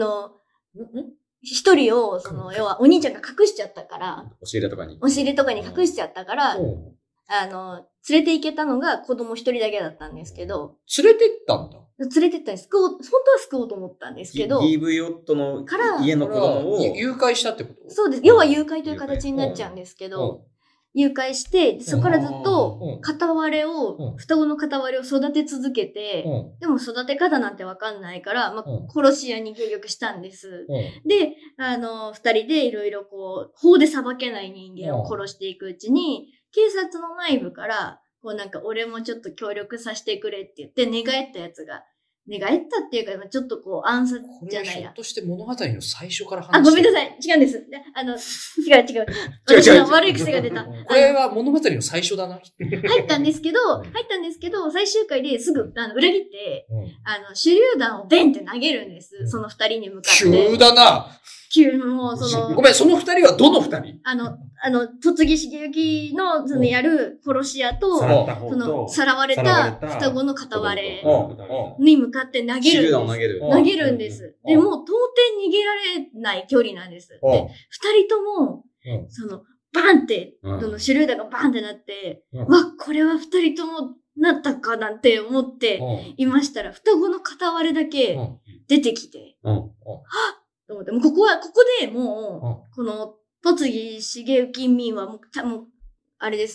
一人を、要はお兄ちゃんが隠しちゃったから、 押し入れとかに隠しちゃったから、連れて行けたのが子供一人だけだったんですけど。 連れてったんだ。 連れてったんです。本当は救おうと思ったんですけど。 DV 夫の家の子供を誘拐したってこと？ そうです。要は誘拐という形になっちゃうんですけど、誘拐して、そこからずっと、双子の片割れを育て続けて、でも育て方なんてわかんないから、まあ、殺し屋に協力したんです。で、二人でいろいろこう、法で裁けない人間を殺していくうちに、警察の内部から、こうなんか俺もちょっと協力させてくれって言って寝返ったやつが、寝返ったっていうか、ちょっとこう暗殺じゃないや。 ひょっとして物語の最初から話してごめんなさい。違うんです。違う。私の悪い癖が出た。 これは物語の最初だな。 入ったんですけど、最終回ですぐ、裏切って、手榴弾をベンって投げるんです。その二人に向かって。 急だな。 もうごめん、その二人はどの二人？ 栃木茂樹の、やる殺し屋と、さらわれた双子の片割れに向かって投げるんです。投げるんです。で、もう到底逃げられない距離なんです。で、二人とも、バンって、手榴弾がバンってなって、わ、これは二人ともなったかなんて思っていましたら、双子の片割れだけ出てきて、はっと思って、もうここでもう、この、栃木茂樹民はもう、あれです。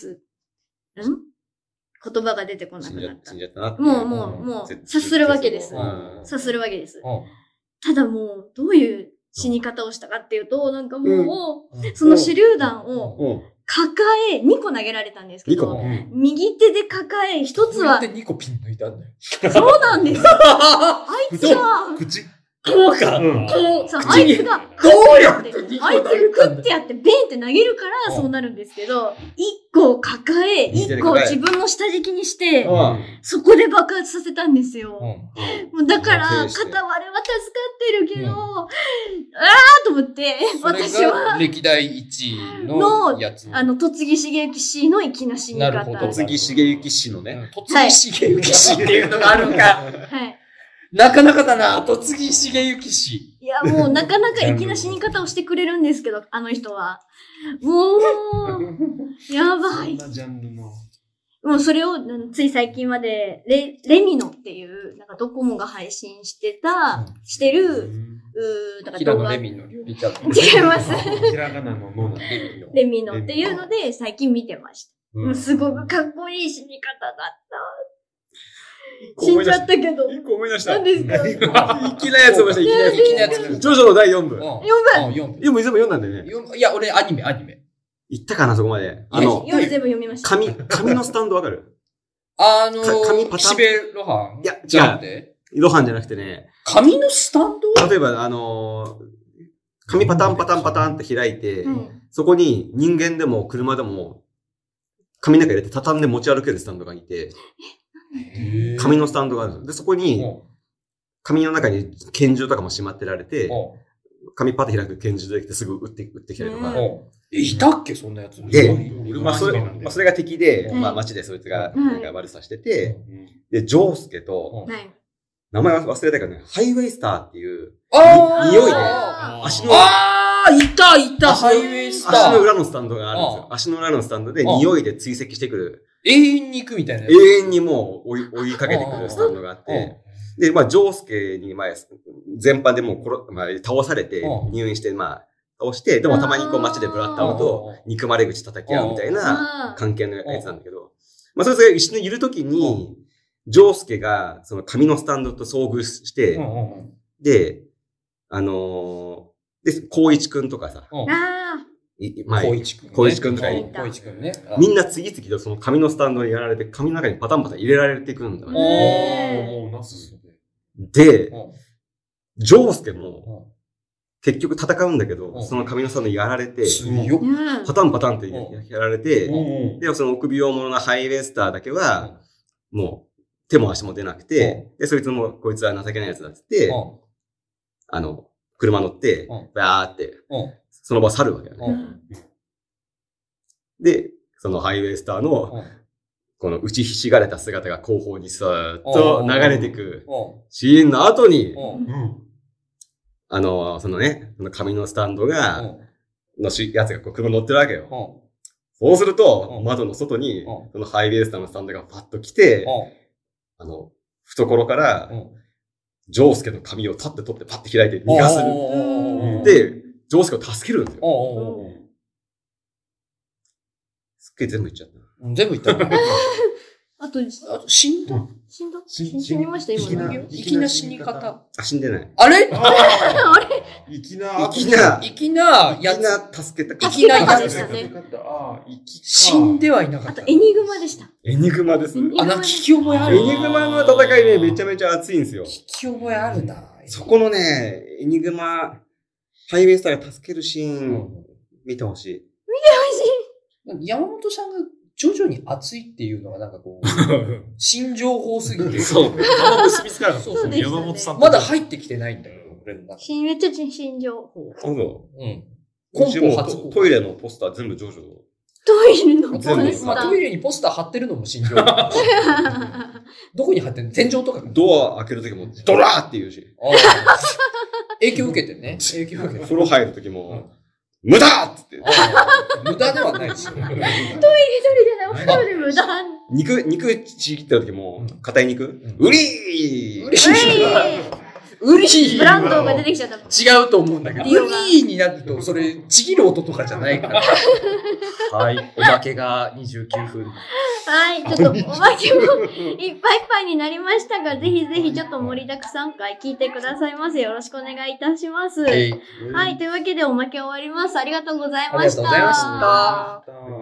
言葉が出てこなくなった。もう、察するわけです。察するわけです。ただもう、どういう死に方をしたかっていうと、なんかもう、その手榴弾を抱え、2個投げられたんですけど、右手で抱え、一つは。 どうやって2個ピン抜いたんだよ。 そうなんです。あいつは、 こうか。 そう、あいつが、どうやって、あいつがクッてやって、ベンって投げるから、そうなるんですけど、一個抱え、一個自分の下敷きにして、そこで爆発させたんですよ。だから、片割れは助かってるけど、と思って、私は。 歴代1位のやつ。 栃木茂之氏の粋な死に方。 栃木茂之氏のね。 栃木茂之氏っていうのがあるんか。はい。なかなかだな、栃木茂之氏。 いや、もうなかなか粋な死に方をしてくれるんですけど、あの人は。もう、やばい。もうそれを、つい最近まで、レミノっていう、なんかドコモが配信してる、 だから平野レミの料理チャンネル。 違います。 ひらがなのノーナレミノっていうので、最近見てました。すごくかっこいい死に方だった。死んじゃったけど。 一個思い出した。 何ですか？ 粋なやつをました、粋なやつ。ジョジョの第4部。 4 部全部読んだんだよね。 いや、俺アニメ。 言ったかな、そこまで。 全部読みました。 紙のスタンドわかる？ 紙パタン。岸辺露伴？ いや、違う。露伴じゃなくてね。 紙のスタンド？ 例えば、紙パタンって開いて、そこに人間でも車でも、紙の中入れて畳んで持ち歩けるスタンドがいて、紙のスタンドがあるんです。で、そこに、 紙の中に拳銃とかもしまってられて、紙パッて開く拳銃できてすぐ撃ってきたりとか。 いたっけそんなやつ。 で、それが敵で、街でそいつが悪さしてて、で、ジョースケと、名前忘れたけどね、ハイウェイスターっていう、匂いで、足の、 いた、ハイウェイスター。 足の裏のスタンドがあるんですよ。足の裏のスタンドで匂いで追跡してくる。 永遠に行くみたいな。 永遠にもう追いかけてくるスタンドがあって、で、まあ、ジョースケに前、全般でもう倒されて、入院して、まあ、倒して、でもたまにこう街でブラッドアウト、憎まれ口叩き合うみたいな関係のやつなんだけど、まあ、そいつが一緒にいるときに、ジョースケが、その紙のスタンドと遭遇して、で、光一くんとかさ、光一くんとかみんな次々とその紙のスタンドにやられて、紙の中にパタンパタン入れられていくんだ。で、ジョースケも、結局戦うんだけど、その紙のスタンドにやられて、パタンパタンってやられて、で、その臆病者のハイウェイスターだけは、もう、手も足も出なくて、で、そいつも、こいつは情けないやつだっつって、車乗って、バーって、その場去るわけよね。で、そのハイウェイスターの、この打ちひしがれた姿が後方にさーっと流れていくシーンの後に、そのね、その紙のスタンドが、やつがこう車乗ってるわけよ。そうすると、窓の外に、そのハイウェイスターのスタンドがパッと来て、懐から、ジョースケの髪を立って取ってパッて開いて逃がす。で、ジョースケを助けるんですよ。すっげえ全部言っちゃった。 全部言った。 あと、 死んだ死にました、今の。 粋な死に方。 死んでない。 あれあれ粋なやつ。助けた。 粋なやつでしたね。 死んではいなかった。 あと、エニグマでした。 エニグマです。 なんか聞き覚えある。 エニグマの戦いね、めちゃめちゃ熱いんですよ。 聞き覚えあるな。 そこのね、エニグマ、ハイウェイスターが助けるシーン、見てほしい。 山本さんが徐々に熱いっていうのがなんかこう、新情報すぎて。 そう。結びつかなかった。 そうですね。 山本さんまだ入ってきてないんだよ、俺の中。 めっちゃ新情報。 そう。 うん。 トイレのポスター全部ジョジョ。 トイレのポスター。 まあトイレにポスター貼ってるのも新情報。どこに貼ってんの？天井とか。 ドア開けるときも、ドラーって言うし。 影響受けてね。影響受けて。 風呂入るときも、無駄っつって。 無駄ではないし。 トイレじゃない、お風呂で無駄。 肉ちぎってるときも、硬い肉、うりーブランドが出てきちゃった。 違うと思うんだけど。ウリーになると、それ、ちぎる音とかじゃないから。はい。おまけが29分。 はい。ちょっと、おまけもいっぱいいっぱいになりましたが、ぜひぜひちょっと盛りだくさん回聞いてくださいませ。よろしくお願いいたします。はい。というわけでおまけ終わります。ありがとうございました。 ありがとうございました。